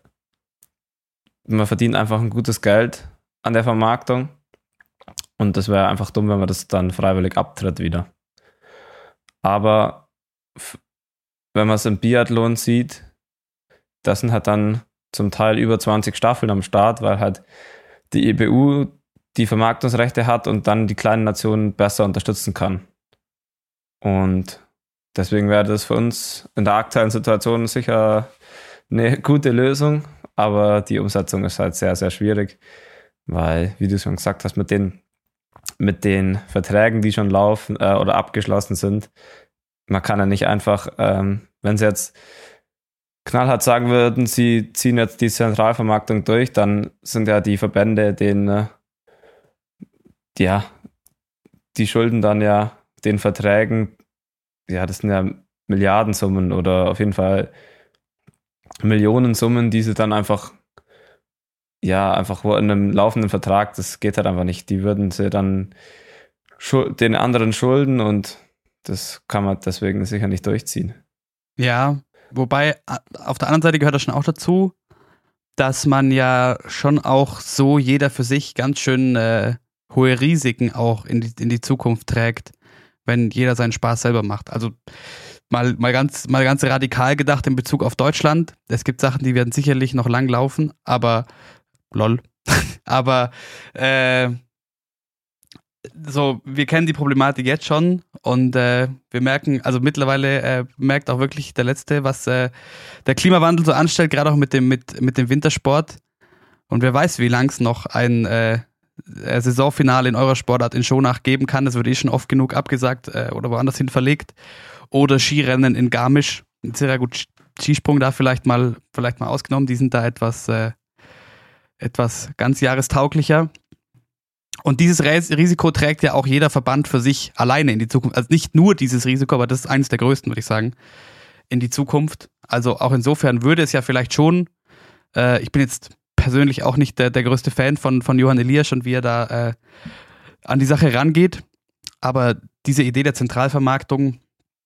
man verdient einfach ein gutes Geld an der Vermarktung und das wäre einfach dumm, wenn man das dann freiwillig abtritt wieder. Aber f- wenn man es im Biathlon sieht, das sind halt dann zum Teil über zwanzig Staffeln am Start, weil halt die E B U die Vermarktungsrechte hat und dann die kleinen Nationen besser unterstützen kann. Und deswegen wäre das für uns in der aktuellen Situation sicher eine gute Lösung, aber die Umsetzung ist halt sehr, sehr schwierig, weil, wie du schon gesagt hast, mit den, mit den Verträgen, die schon laufen äh, oder abgeschlossen sind, man kann ja nicht einfach, ähm, wenn sie jetzt knallhart sagen würden, sie ziehen jetzt die Zentralvermarktung durch, dann sind ja die Verbände, denen, äh, ja, die schulden dann ja den Verträgen, ja, das sind ja Milliardensummen oder auf jeden Fall Millionensummen, die sie dann einfach, ja, einfach wo in einem laufenden Vertrag, das geht halt einfach nicht. Die würden sie dann schul- den anderen schulden und das kann man deswegen sicher nicht durchziehen. Ja, wobei auf der anderen Seite gehört das schon auch dazu, dass man ja schon auch so jeder für sich ganz schön äh, hohe Risiken auch in die, in die Zukunft trägt, wenn jeder seinen Spaß selber macht. Also mal, mal, ganz, mal ganz radikal gedacht in Bezug auf Deutschland. Es gibt Sachen, die werden sicherlich noch lang laufen, aber lol. aber äh, so, wir kennen die Problematik jetzt schon und äh, wir merken, also mittlerweile äh, merkt auch wirklich der Letzte, was äh, der Klimawandel so anstellt, gerade auch mit dem, mit, mit dem Wintersport. Und wer weiß, wie lang es noch ein äh, Saisonfinale in eurer Sportart in Schonach geben kann. Das wird eh schon oft genug abgesagt äh, oder woanders hin verlegt. Oder Skirennen in Garmisch. Sehr gut, Skisprung da vielleicht mal, vielleicht mal ausgenommen. Die sind da etwas, äh, etwas ganz jahrestauglicher. Und dieses Risiko trägt ja auch jeder Verband für sich alleine in die Zukunft. Also nicht nur dieses Risiko, aber das ist eines der größten, würde ich sagen, in die Zukunft. Also auch insofern würde es ja vielleicht schon, äh, ich bin jetzt persönlich auch nicht der, der größte Fan von, von Johann Elias und wie er da äh, an die Sache rangeht. Aber diese Idee der Zentralvermarktung,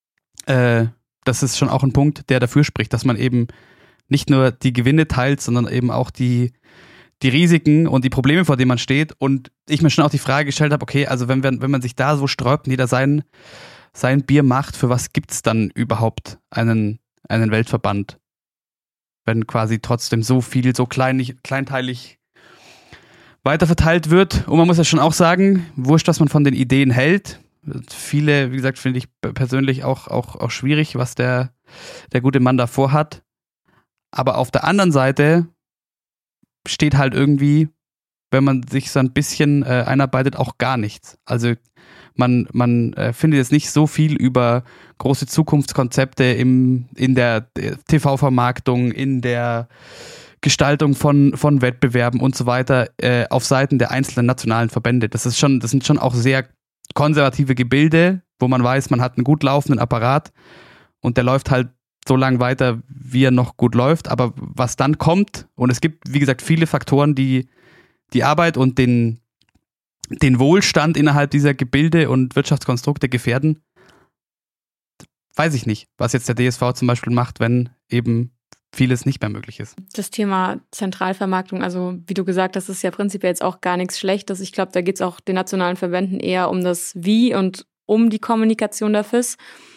äh, das ist schon auch ein Punkt, der dafür spricht, dass man eben nicht nur die Gewinne teilt, sondern eben auch die, die Risiken und die Probleme, vor denen man steht. Und ich mir schon auch die Frage gestellt habe, okay, also wenn, wenn, wenn man sich da so sträubt und jeder sein, sein Bier macht, für was gibt es dann überhaupt einen, einen Weltverband? Wenn quasi trotzdem so viel, so kleinlich, kleinteilig weiterverteilt wird. Und man muss ja schon auch sagen, wurscht, was man von den Ideen hält. Viele, wie gesagt, finde ich persönlich auch, auch, auch schwierig, was der, der gute Mann davor hat. Aber auf der anderen Seite steht halt irgendwie, wenn man sich so ein bisschen äh, einarbeitet, auch gar nichts. Also man, man äh, findet jetzt nicht so viel über große Zukunftskonzepte im, in der T V-Vermarktung, in der Gestaltung von, von Wettbewerben und so weiter äh, auf Seiten der einzelnen nationalen Verbände. Das ist schon, das sind schon auch sehr konservative Gebilde, wo man weiß, man hat einen gut laufenden Apparat und der läuft halt so lange weiter, wie er noch gut läuft. Aber was dann kommt, und es gibt, wie gesagt, viele Faktoren, die die Arbeit und den den Wohlstand innerhalb dieser Gebilde und Wirtschaftskonstrukte gefährden, weiß ich nicht, was jetzt der D S V zum Beispiel macht, wenn eben vieles nicht mehr möglich ist. Das Thema Zentralvermarktung, also wie du gesagt hast, ist ja prinzipiell jetzt auch gar nichts Schlechtes. Ich glaube, da geht es auch den nationalen Verbänden eher um das Wie und um die Kommunikation der F I S.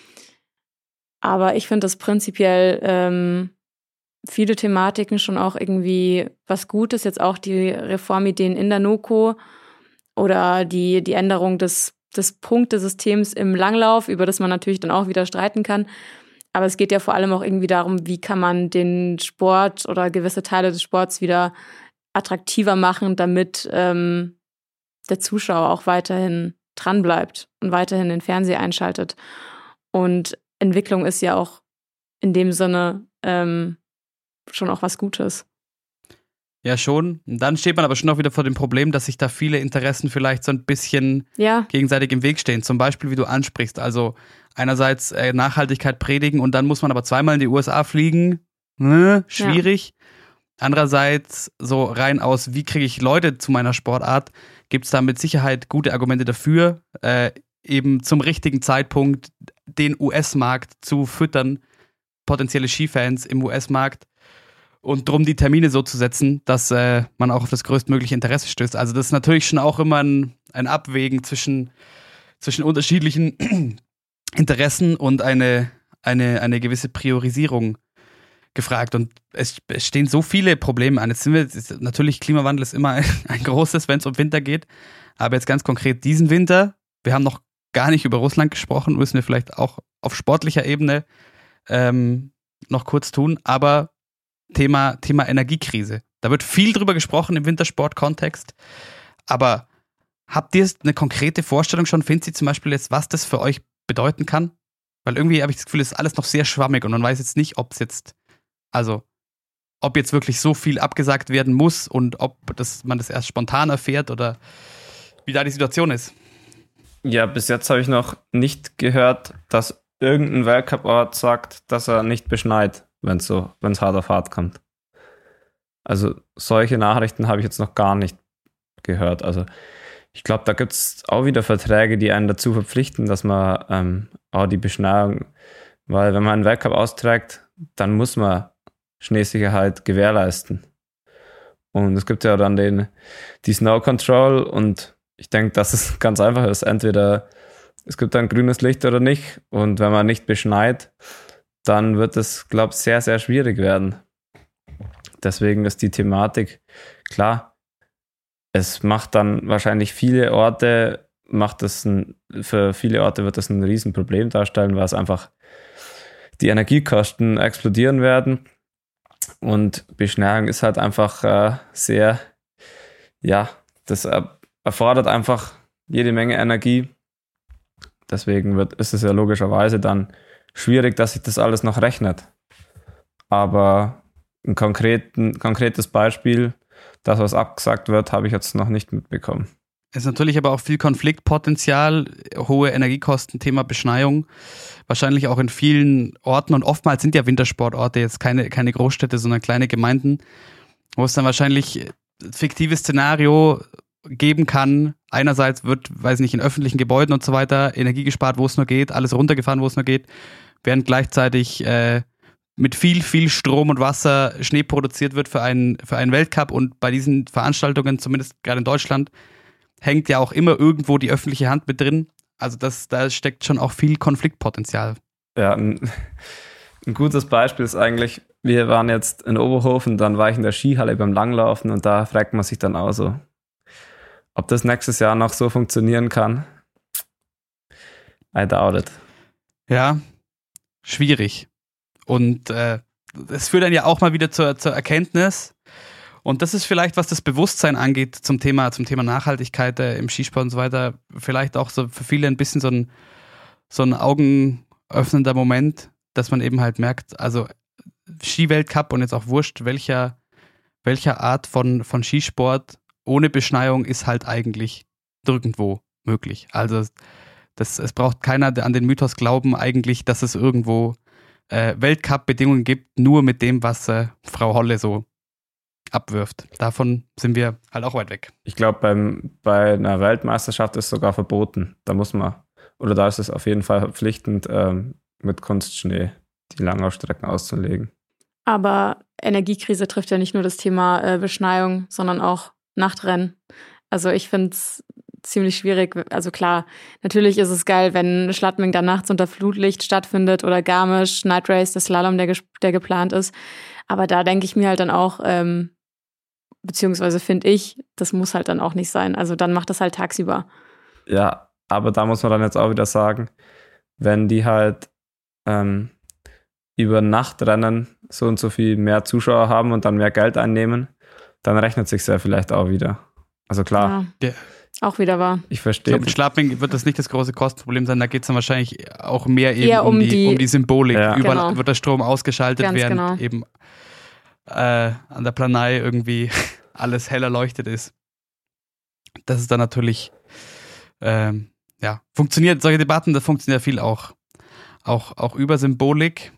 Aber ich finde das prinzipiell ähm, viele Thematiken schon auch irgendwie was Gutes. Jetzt auch die Reformideen in der NOKO oder die, die Änderung des, des Punktesystems im Langlauf, über das man natürlich dann auch wieder streiten kann. Aber es geht ja vor allem auch irgendwie darum, wie kann man den Sport oder gewisse Teile des Sports wieder attraktiver machen, damit ähm, der Zuschauer auch weiterhin dranbleibt und weiterhin den Fernseher einschaltet. Und Entwicklung ist ja auch in dem Sinne ähm, schon auch was Gutes. Ja, schon. Und dann steht man aber schon auch wieder vor dem Problem, dass sich da viele Interessen vielleicht so ein bisschen ja. gegenseitig im Weg stehen. Zum Beispiel, wie du ansprichst, also einerseits äh, Nachhaltigkeit predigen und dann muss man aber zweimal in die U S A fliegen. Ne? Schwierig. Ja. Andererseits so rein aus, wie kriege ich Leute zu meiner Sportart, gibt es da mit Sicherheit gute Argumente dafür, äh, eben zum richtigen Zeitpunkt den U S-Markt zu füttern, potenzielle Skifans im U S-Markt und drum die Termine so zu setzen, dass äh, man auch auf das größtmögliche Interesse stößt. Also das ist natürlich schon auch immer ein, ein Abwägen zwischen, zwischen unterschiedlichen Interessen und eine, eine, eine gewisse Priorisierung gefragt. Und es, es stehen so viele Probleme an. Jetzt sind wir, jetzt, natürlich, Klimawandel ist immer ein, ein großes, wenn es um Winter geht. Aber jetzt ganz konkret diesen Winter, wir haben noch gar nicht über Russland gesprochen, müssen wir vielleicht auch auf sportlicher Ebene ähm, noch kurz tun. Aber Thema, Thema Energiekrise. Da wird viel drüber gesprochen im Wintersport-Kontext. Aber habt ihr eine konkrete Vorstellung schon, findet ihr zum Beispiel jetzt, was das für euch bedeuten kann? Weil irgendwie habe ich das Gefühl, es ist alles noch sehr schwammig und man weiß jetzt nicht, ob es jetzt, also ob jetzt wirklich so viel abgesagt werden muss und ob das, man das erst spontan erfährt oder wie da die Situation ist. Ja, bis jetzt habe ich noch nicht gehört, dass irgendein Weltcup-Ort sagt, dass er nicht beschneit, wenn es so, wenn es hart auf hart kommt. Also solche Nachrichten habe ich jetzt noch gar nicht gehört. Also ich glaube, da gibt es auch wieder Verträge, die einen dazu verpflichten, dass man ähm, auch die Beschneiung, weil wenn man einen Weltcup austrägt, dann muss man Schneesicherheit gewährleisten. Und es gibt ja dann den, die Snow Control und ich denke, dass es ganz einfach ist. Entweder es gibt dann grünes Licht oder nicht und wenn man nicht beschneit, dann wird es, glaube ich, sehr, sehr schwierig werden. Deswegen ist die Thematik, klar, es macht dann wahrscheinlich viele Orte, macht es ein, für viele Orte wird das ein Riesenproblem darstellen, weil es einfach die Energiekosten explodieren werden. Und Beschneiung ist halt einfach äh, sehr, ja, das er, erfordert einfach jede Menge Energie. Deswegen wird, ist es ja logischerweise dann schwierig, dass sich das alles noch rechnet. Aber ein konkreten, konkretes Beispiel, das, was abgesagt wird, habe ich jetzt noch nicht mitbekommen. Es ist natürlich aber auch viel Konfliktpotenzial, hohe Energiekosten, Thema Beschneiung. Wahrscheinlich auch in vielen Orten und oftmals sind ja Wintersportorte jetzt keine, keine Großstädte, sondern kleine Gemeinden, wo es dann wahrscheinlich ein fiktives Szenario geben kann. Einerseits wird, weiß nicht, in öffentlichen Gebäuden und so weiter Energie gespart, wo es nur geht, alles runtergefahren, wo es nur geht, während gleichzeitig äh, mit viel, viel Strom und Wasser Schnee produziert wird für einen, für einen Weltcup und bei diesen Veranstaltungen, zumindest gerade in Deutschland, hängt ja auch immer irgendwo die öffentliche Hand mit drin. Also das, da steckt schon auch viel Konfliktpotenzial. Ja, ein, ein gutes Beispiel ist eigentlich, wir waren jetzt in Oberhofen, dann war ich in der Skihalle beim Langlaufen und da fragt man sich dann auch so, ob das nächstes Jahr noch so funktionieren kann. I doubt it. Ja, schwierig. Und äh, es führt dann ja auch mal wieder zur, zur Erkenntnis. Und das ist vielleicht, was das Bewusstsein angeht zum Thema, zum Thema Nachhaltigkeit äh, im Skisport und so weiter, vielleicht auch so für viele ein bisschen so ein, so ein augenöffnender Moment, dass man eben halt merkt, also Skiweltcup und jetzt auch wurscht, welcher, welcher Art von, von Skisport ohne Beschneiung ist halt eigentlich nirgendwo möglich. Also das, es braucht keiner an den Mythos glauben eigentlich, dass es irgendwo äh, Weltcup-Bedingungen gibt, nur mit dem, was äh, Frau Holle so abwirft. Davon sind wir halt auch weit weg. Ich glaube, beim bei einer Weltmeisterschaft ist es sogar verboten. Da muss man, oder da ist es auf jeden Fall verpflichtend, ähm, mit Kunstschnee die Langlaufstrecken auszulegen. Aber Energiekrise trifft ja nicht nur das Thema äh, Beschneiung, sondern auch Nachtrennen. Also ich finde es ziemlich schwierig. Also klar, natürlich ist es geil, wenn Schladming dann nachts unter Flutlicht stattfindet oder Garmisch, Night Race, der Slalom, der, ges- der geplant ist. Aber da denke ich mir halt dann auch, ähm, beziehungsweise finde ich, das muss halt dann auch nicht sein. Also dann macht das halt tagsüber. Ja, aber da muss man dann jetzt auch wieder sagen, wenn die halt ähm, über Nachtrennen so und so viel mehr Zuschauer haben und dann mehr Geld einnehmen, dann rechnet sich ja vielleicht auch wieder. Also klar, Ja, Ja. auch wieder wahr. ich Ich verstehe. glaube, mit Schlapping wird das nicht das große Kostenproblem sein. Da geht es dann wahrscheinlich auch mehr eben Eher um, um die, die- um die Symbolik. Ja. Überall Genau. wird der Strom ausgeschaltet, Ganz während genau. eben äh, an der Planei irgendwie alles hell erleuchtet ist. Das ist dann natürlich, ähm, ja, funktioniert, solche Debatten, das funktioniert ja viel auch, auch, auch über Symbolik.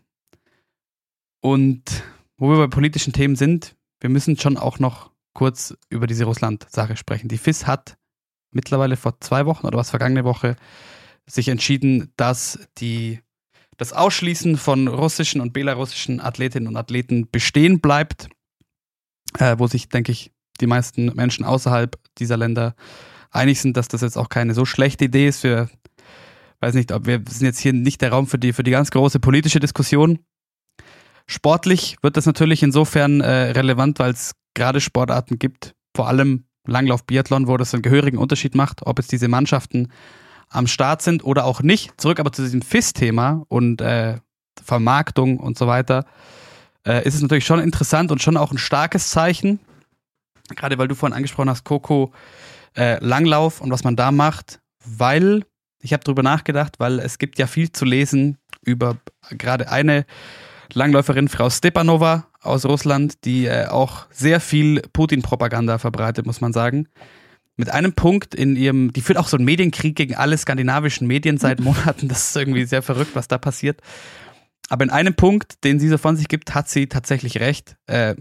Und wo wir bei politischen Themen sind, wir müssen schon auch noch kurz über diese Russland-Sache sprechen. Die F I S hat mittlerweile vor zwei Wochen oder was vergangene Woche sich entschieden, dass die, das Ausschließen von russischen und belarussischen Athletinnen und Athleten bestehen bleibt, äh, wo sich, denke ich, die meisten Menschen außerhalb dieser Länder einig sind, dass das jetzt auch keine so schlechte Idee ist. Wir weiß nicht, ob wir sind jetzt hier nicht der Raum für die, für die ganz große politische Diskussion. Sportlich wird das natürlich insofern äh, relevant, weil es gerade Sportarten gibt, vor allem Langlauf, Biathlon, wo das einen gehörigen Unterschied macht, ob jetzt diese Mannschaften am Start sind oder auch nicht. Zurück aber zu diesem F I S-Thema und äh, Vermarktung und so weiter, äh, ist es natürlich schon interessant und schon auch ein starkes Zeichen, gerade weil du vorhin angesprochen hast, Coco, äh, Langlauf und was man da macht, weil, ich habe drüber nachgedacht, weil es gibt ja viel zu lesen über gerade eine Langläuferin, Frau Stepanova aus Russland, die äh, auch sehr viel Putin-Propaganda verbreitet, muss man sagen. Mit einem Punkt in ihrem, die führt auch so einen Medienkrieg gegen alle skandinavischen Medien seit Monaten. Das ist irgendwie sehr verrückt, was da passiert. Aber in einem Punkt, den sie so von sich gibt, hat sie tatsächlich recht. Äh,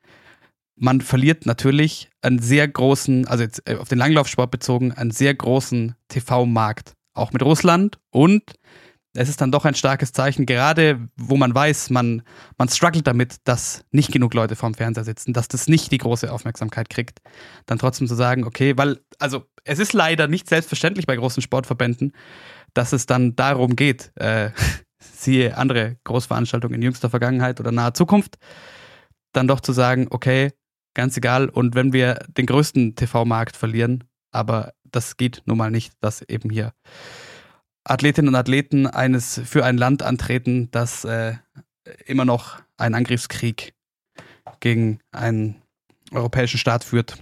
man verliert natürlich einen sehr großen, also jetzt auf den Langlaufsport bezogen, einen sehr großen T V-Markt. Auch mit Russland. Und es ist dann doch ein starkes Zeichen, gerade wo man weiß, man, man struggelt damit, dass nicht genug Leute vorm Fernseher sitzen, dass das nicht die große Aufmerksamkeit kriegt, dann trotzdem zu sagen, okay, weil, also es ist leider nicht selbstverständlich bei großen Sportverbänden, dass es dann darum geht, äh, siehe andere Großveranstaltungen in jüngster Vergangenheit oder naher Zukunft, dann doch zu sagen, okay, ganz egal, und wenn wir den größten T V-Markt verlieren, aber das geht nun mal nicht, dass eben hier Athletinnen und Athleten eines für ein Land antreten, das äh, immer noch einen Angriffskrieg gegen einen europäischen Staat führt,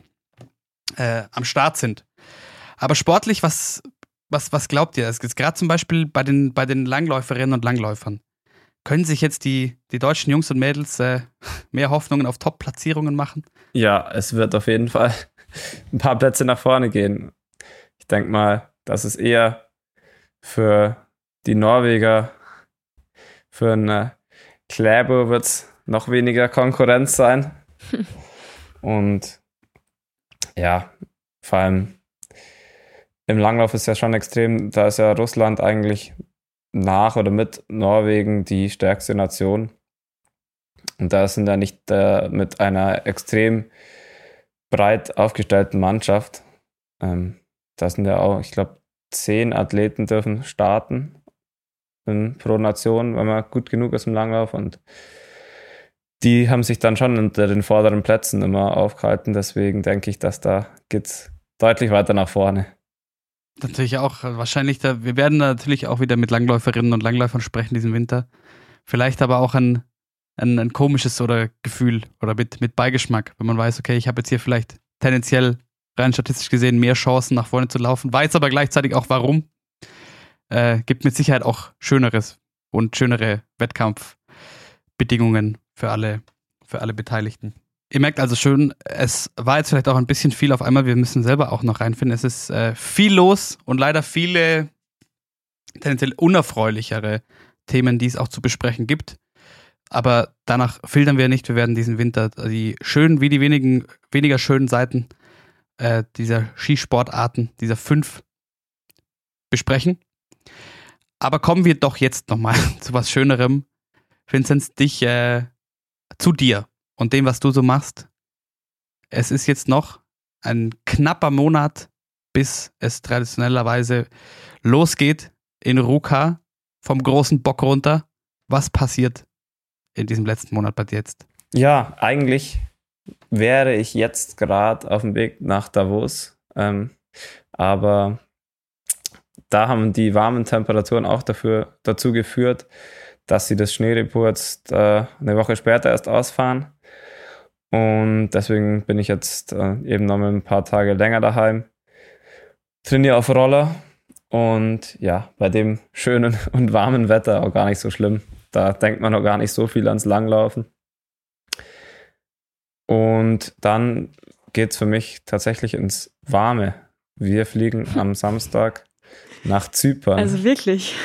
äh, am Start sind. Aber sportlich, was, was, was glaubt ihr? Es ist gerade zum Beispiel bei den, bei den Langläuferinnen und Langläufern. Können sich jetzt die, die deutschen Jungs und Mädels äh, mehr Hoffnungen auf Top-Platzierungen machen? Ja, es wird auf jeden Fall ein paar Plätze nach vorne gehen. Ich denke mal, dass es eher für die Norweger, für einen Klæbo wird es noch weniger Konkurrenz sein. Und ja, vor allem im Langlauf ist ja schon extrem, da ist ja Russland eigentlich nach oder mit Norwegen die stärkste Nation. Und da sind ja nicht äh, mit einer extrem breit aufgestellten Mannschaft. Ähm, da sind ja auch, ich glaube, zehn Athleten dürfen starten in, pro Nation, wenn man gut genug ist im Langlauf. Und die haben sich dann schon unter den vorderen Plätzen immer aufgehalten. Deswegen denke ich, dass da geht's deutlich weiter nach vorne. Natürlich auch, wahrscheinlich, da, wir werden natürlich auch wieder mit Langläuferinnen und Langläufern sprechen diesen Winter. Vielleicht aber auch ein, ein, ein komisches oder Gefühl oder mit, mit Beigeschmack, wenn man weiß, okay, ich habe jetzt hier vielleicht tendenziell rein statistisch gesehen mehr Chancen nach vorne zu laufen, weiß aber gleichzeitig auch warum. Äh, gibt mit Sicherheit auch Schöneres und schönere Wettkampfbedingungen für alle, für alle Beteiligten. Ihr merkt also schön, es war jetzt vielleicht auch ein bisschen viel auf einmal, wir müssen selber auch noch reinfinden. Es ist äh, viel los und leider viele tendenziell unerfreulichere Themen, die es auch zu besprechen gibt. Aber danach filtern wir nicht, wir werden diesen Winter die schönen wie die wenigen, weniger schönen Seiten äh, dieser Skisportarten, dieser fünf besprechen. Aber kommen wir doch jetzt nochmal zu was Schönerem. Vinzenz, dich äh, zu dir und dem, was du so machst. Es ist jetzt noch ein knapper Monat, bis es traditionellerweise losgeht in Ruka vom großen Bock runter. Was passiert in diesem letzten Monat bei dir jetzt? Ja, eigentlich wäre ich jetzt gerade auf dem Weg nach Davos, ähm, aber da haben die warmen Temperaturen auch dafür, dazu geführt, dass sie das Schneedepot jetzt äh, eine Woche später erst ausfahren. Und deswegen bin ich jetzt äh, eben noch mal ein paar Tage länger daheim. Trainiere auf Roller und ja, bei dem schönen und warmen Wetter auch gar nicht so schlimm. Da denkt man noch gar nicht so viel ans Langlaufen. Und dann geht es für mich tatsächlich ins Warme. Wir fliegen am Samstag nach Zypern. Also wirklich.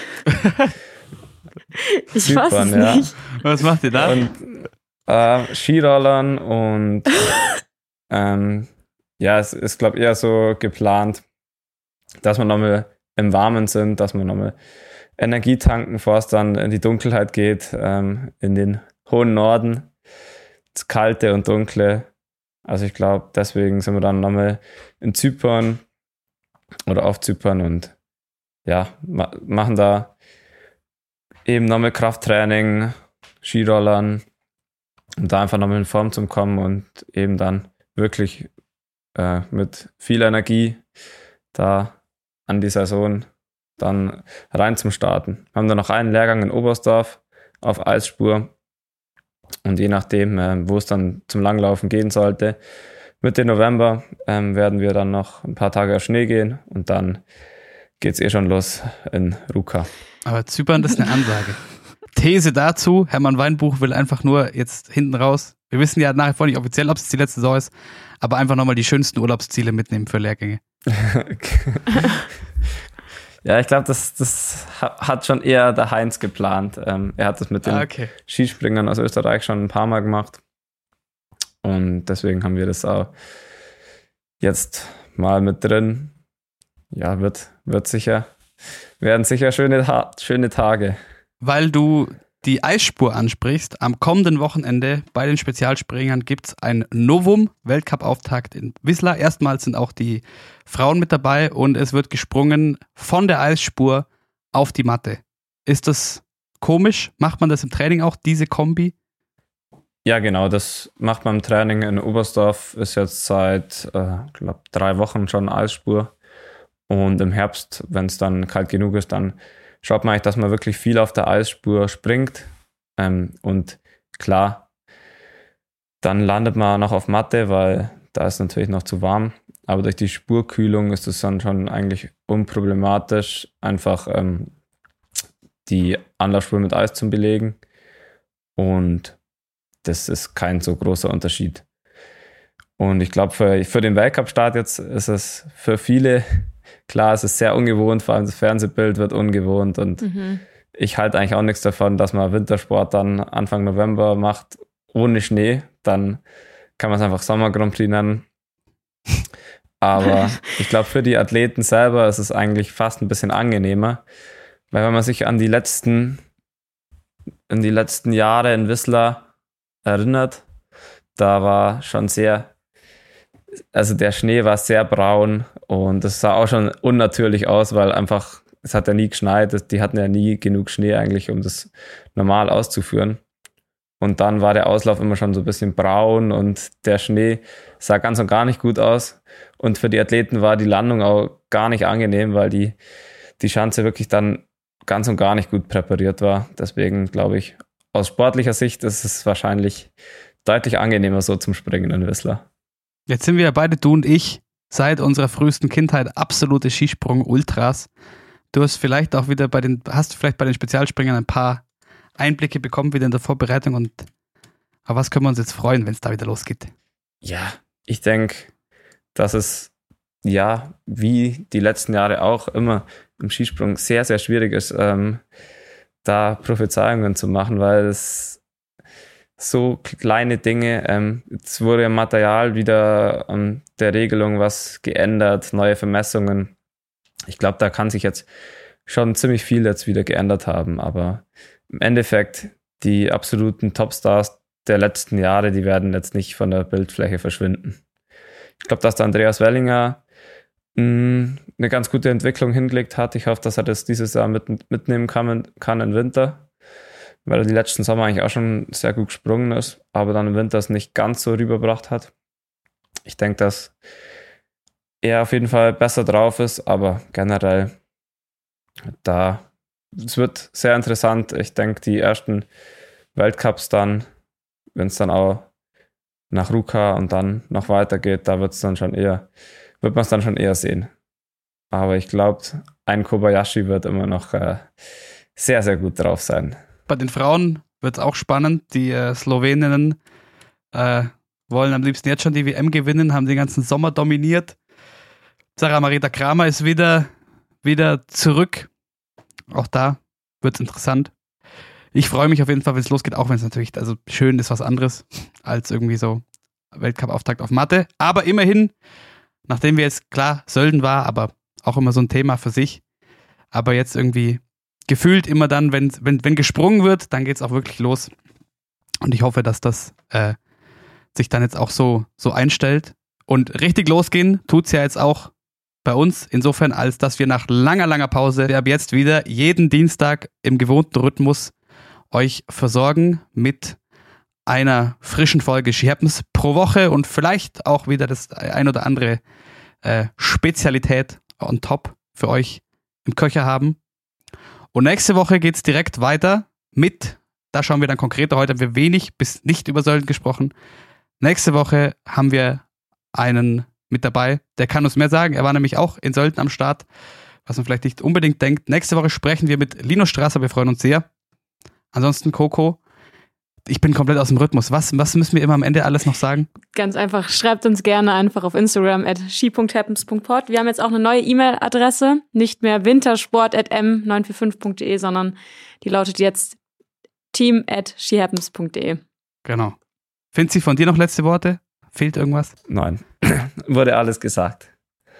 Ich Zypern, weiß es ja. nicht. Was macht ihr da? Und äh, Skirollern und ähm, ja, es ist, glaube ich, eher so geplant, dass wir nochmal im Warmen sind, dass wir nochmal Energie tanken, bevor es dann in die Dunkelheit geht, ähm, in den hohen Norden, das Kalte und Dunkle. Also ich glaube, deswegen sind wir dann nochmal in Zypern oder auf Zypern und ja, ma- machen da eben nochmal Krafttraining, Skirollern, um da einfach nochmal in Form zu kommen und eben dann wirklich äh, mit viel Energie da an die Saison dann rein zum Starten. Wir haben dann noch einen Lehrgang in Oberstdorf auf Eisspur und je nachdem, äh, wo es dann zum Langlaufen gehen sollte, Mitte November ähm, werden wir dann noch ein paar Tage auf Schnee gehen und dann geht es eh schon los in Ruka. Aber Zypern, das ist eine Ansage. These dazu, Hermann Weinbuch will einfach nur jetzt hinten raus, wir wissen ja nach wie vor nicht offiziell, ob es die letzte Saison ist, aber einfach nochmal die schönsten Urlaubsziele mitnehmen für Lehrgänge. Ja, ich glaube, das, das hat schon eher der Heinz geplant. Ähm, er hat das mit den Ah, okay. Skispringern aus Österreich schon ein paar Mal gemacht. Und deswegen haben wir das auch jetzt mal mit drin. Ja, wird, wird sicher, werden sicher schöne, Ta- schöne Tage. Weil du die Eisspur ansprichst, am kommenden Wochenende bei den Spezialspringern gibt es ein Novum, Weltcup-Auftakt in Wisla. Erstmals sind auch die Frauen mit dabei und es wird gesprungen von der Eisspur auf die Matte. Ist das komisch? Macht man das im Training auch, diese Kombi? Ja, genau, das macht man im Training in Oberstdorf, ist jetzt seit, äh, glaube drei Wochen schon Eisspur. Und im Herbst, wenn es dann kalt genug ist, dann schaut man eigentlich, dass man wirklich viel auf der Eisspur springt. Ähm, und klar, dann landet man noch auf Matte, weil da ist natürlich noch zu warm. Aber durch die Spurkühlung ist es dann schon eigentlich unproblematisch, einfach ähm, die Anlaufspur mit Eis zu belegen. Und das ist kein so großer Unterschied. Und ich glaube, für, für den Weltcup-Start jetzt ist es für viele, klar, es ist sehr ungewohnt, vor allem das Fernsehbild wird ungewohnt. Und Mhm. ich halte eigentlich auch nichts davon, dass man Wintersport dann Anfang November macht, ohne Schnee. Dann kann man es einfach Sommer Grand Prix nennen. Aber ich glaube, für die Athleten selber ist es eigentlich fast ein bisschen angenehmer, weil wenn man sich an die letzten, in die letzten Jahre in Wisla erinnert, da war schon sehr, also der Schnee war sehr braun und es sah auch schon unnatürlich aus, weil einfach, es hat ja nie geschneit, die hatten ja nie genug Schnee eigentlich, um das normal auszuführen. Und dann war der Auslauf immer schon so ein bisschen braun und der Schnee sah ganz und gar nicht gut aus. Und für die Athleten war die Landung auch gar nicht angenehm, weil die, die Schanze wirklich dann ganz und gar nicht gut präpariert war. Deswegen glaube ich, aus sportlicher Sicht ist es wahrscheinlich deutlich angenehmer so zum Springen in Wisla. Jetzt sind wir ja beide, du und ich, seit unserer frühesten Kindheit absolute Skisprung-Ultras. Du hast vielleicht auch wieder bei den, hast vielleicht bei den Spezialspringern ein paar Einblicke bekommen wieder in der Vorbereitung und auf was können wir uns jetzt freuen, wenn es da wieder losgeht? Ja, ich denke, dass es ja, wie die letzten Jahre auch immer im Skisprung sehr, sehr schwierig ist, ähm, da Prophezeiungen zu machen, weil es so kleine Dinge, ähm, jetzt wurde im Material wieder an ähm, der Regelung was geändert, neue Vermessungen. Ich glaube, da kann sich jetzt schon ziemlich viel jetzt wieder geändert haben, aber im Endeffekt die absoluten Topstars, der letzten Jahre, die werden jetzt nicht von der Bildfläche verschwinden. Ich glaube, dass der Andreas Wellinger mh, eine ganz gute Entwicklung hingelegt hat. Ich hoffe, dass er das dieses Jahr mit, mitnehmen kann, kann im Winter, weil er die letzten Sommer eigentlich auch schon sehr gut gesprungen ist, aber dann im Winter es nicht ganz so rübergebracht hat. Ich denke, dass er auf jeden Fall besser drauf ist, aber generell da, es wird sehr interessant. Ich denke, die ersten Weltcups dann, wenn es dann auch nach Ruka und dann noch weitergeht, da wird es dann schon eher, wird man es dann schon eher sehen. Aber ich glaube, ein Kobayashi wird immer noch äh, sehr, sehr gut drauf sein. Bei den Frauen wird es auch spannend. Die äh, Sloweninnen äh, wollen am liebsten jetzt schon die W M gewinnen, haben den ganzen Sommer dominiert. Sarah Marita Kramer ist wieder, wieder zurück. Auch da wird es interessant. Ich freue mich auf jeden Fall, wenn es losgeht, auch wenn es natürlich, also schön ist was anderes als irgendwie so Weltcup-Auftakt auf Matte. Aber immerhin, nachdem wir jetzt, klar, Sölden war, aber auch immer so ein Thema für sich. Aber jetzt irgendwie gefühlt immer dann, wenn, wenn, wenn gesprungen wird, dann geht es auch wirklich los. Und ich hoffe, dass das äh, sich dann jetzt auch so, so einstellt. Und richtig losgehen tut es ja jetzt auch bei uns, insofern, als dass wir nach langer, langer Pause ab jetzt wieder jeden Dienstag im gewohnten Rhythmus euch versorgen mit einer frischen Folge She Happens pro Woche und vielleicht auch wieder das ein oder andere äh, Spezialität on top für euch im Köcher haben. Und nächste Woche geht es direkt weiter mit, da schauen wir dann konkreter, heute haben wir wenig bis nicht über Sölden gesprochen. Nächste Woche haben wir einen mit dabei, der kann uns mehr sagen. Er war nämlich auch in Sölden am Start, was man vielleicht nicht unbedingt denkt. Nächste Woche sprechen wir mit Linus Strasser, wir freuen uns sehr. Ansonsten, Coco, ich bin komplett aus dem Rhythmus. Was, was müssen wir immer am Ende alles noch sagen? Ganz einfach, schreibt uns gerne einfach auf Instagram at she punkt happens punkt pod. Wir haben jetzt auch eine neue E-Mail-Adresse, nicht mehr wintersport at m neun vier fünf punkt de, sondern die lautet jetzt team at she happens punkt de. Genau. Finzi, von dir noch letzte Worte? Fehlt irgendwas? Nein, wurde alles gesagt.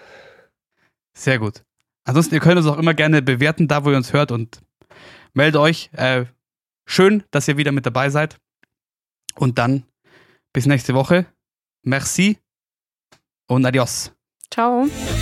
Sehr gut. Ansonsten, ihr könnt uns auch immer gerne bewerten, da wo ihr uns hört und meldet euch. Äh, schön, dass ihr wieder mit dabei seid. Und dann bis nächste Woche. Merci und adios. Ciao.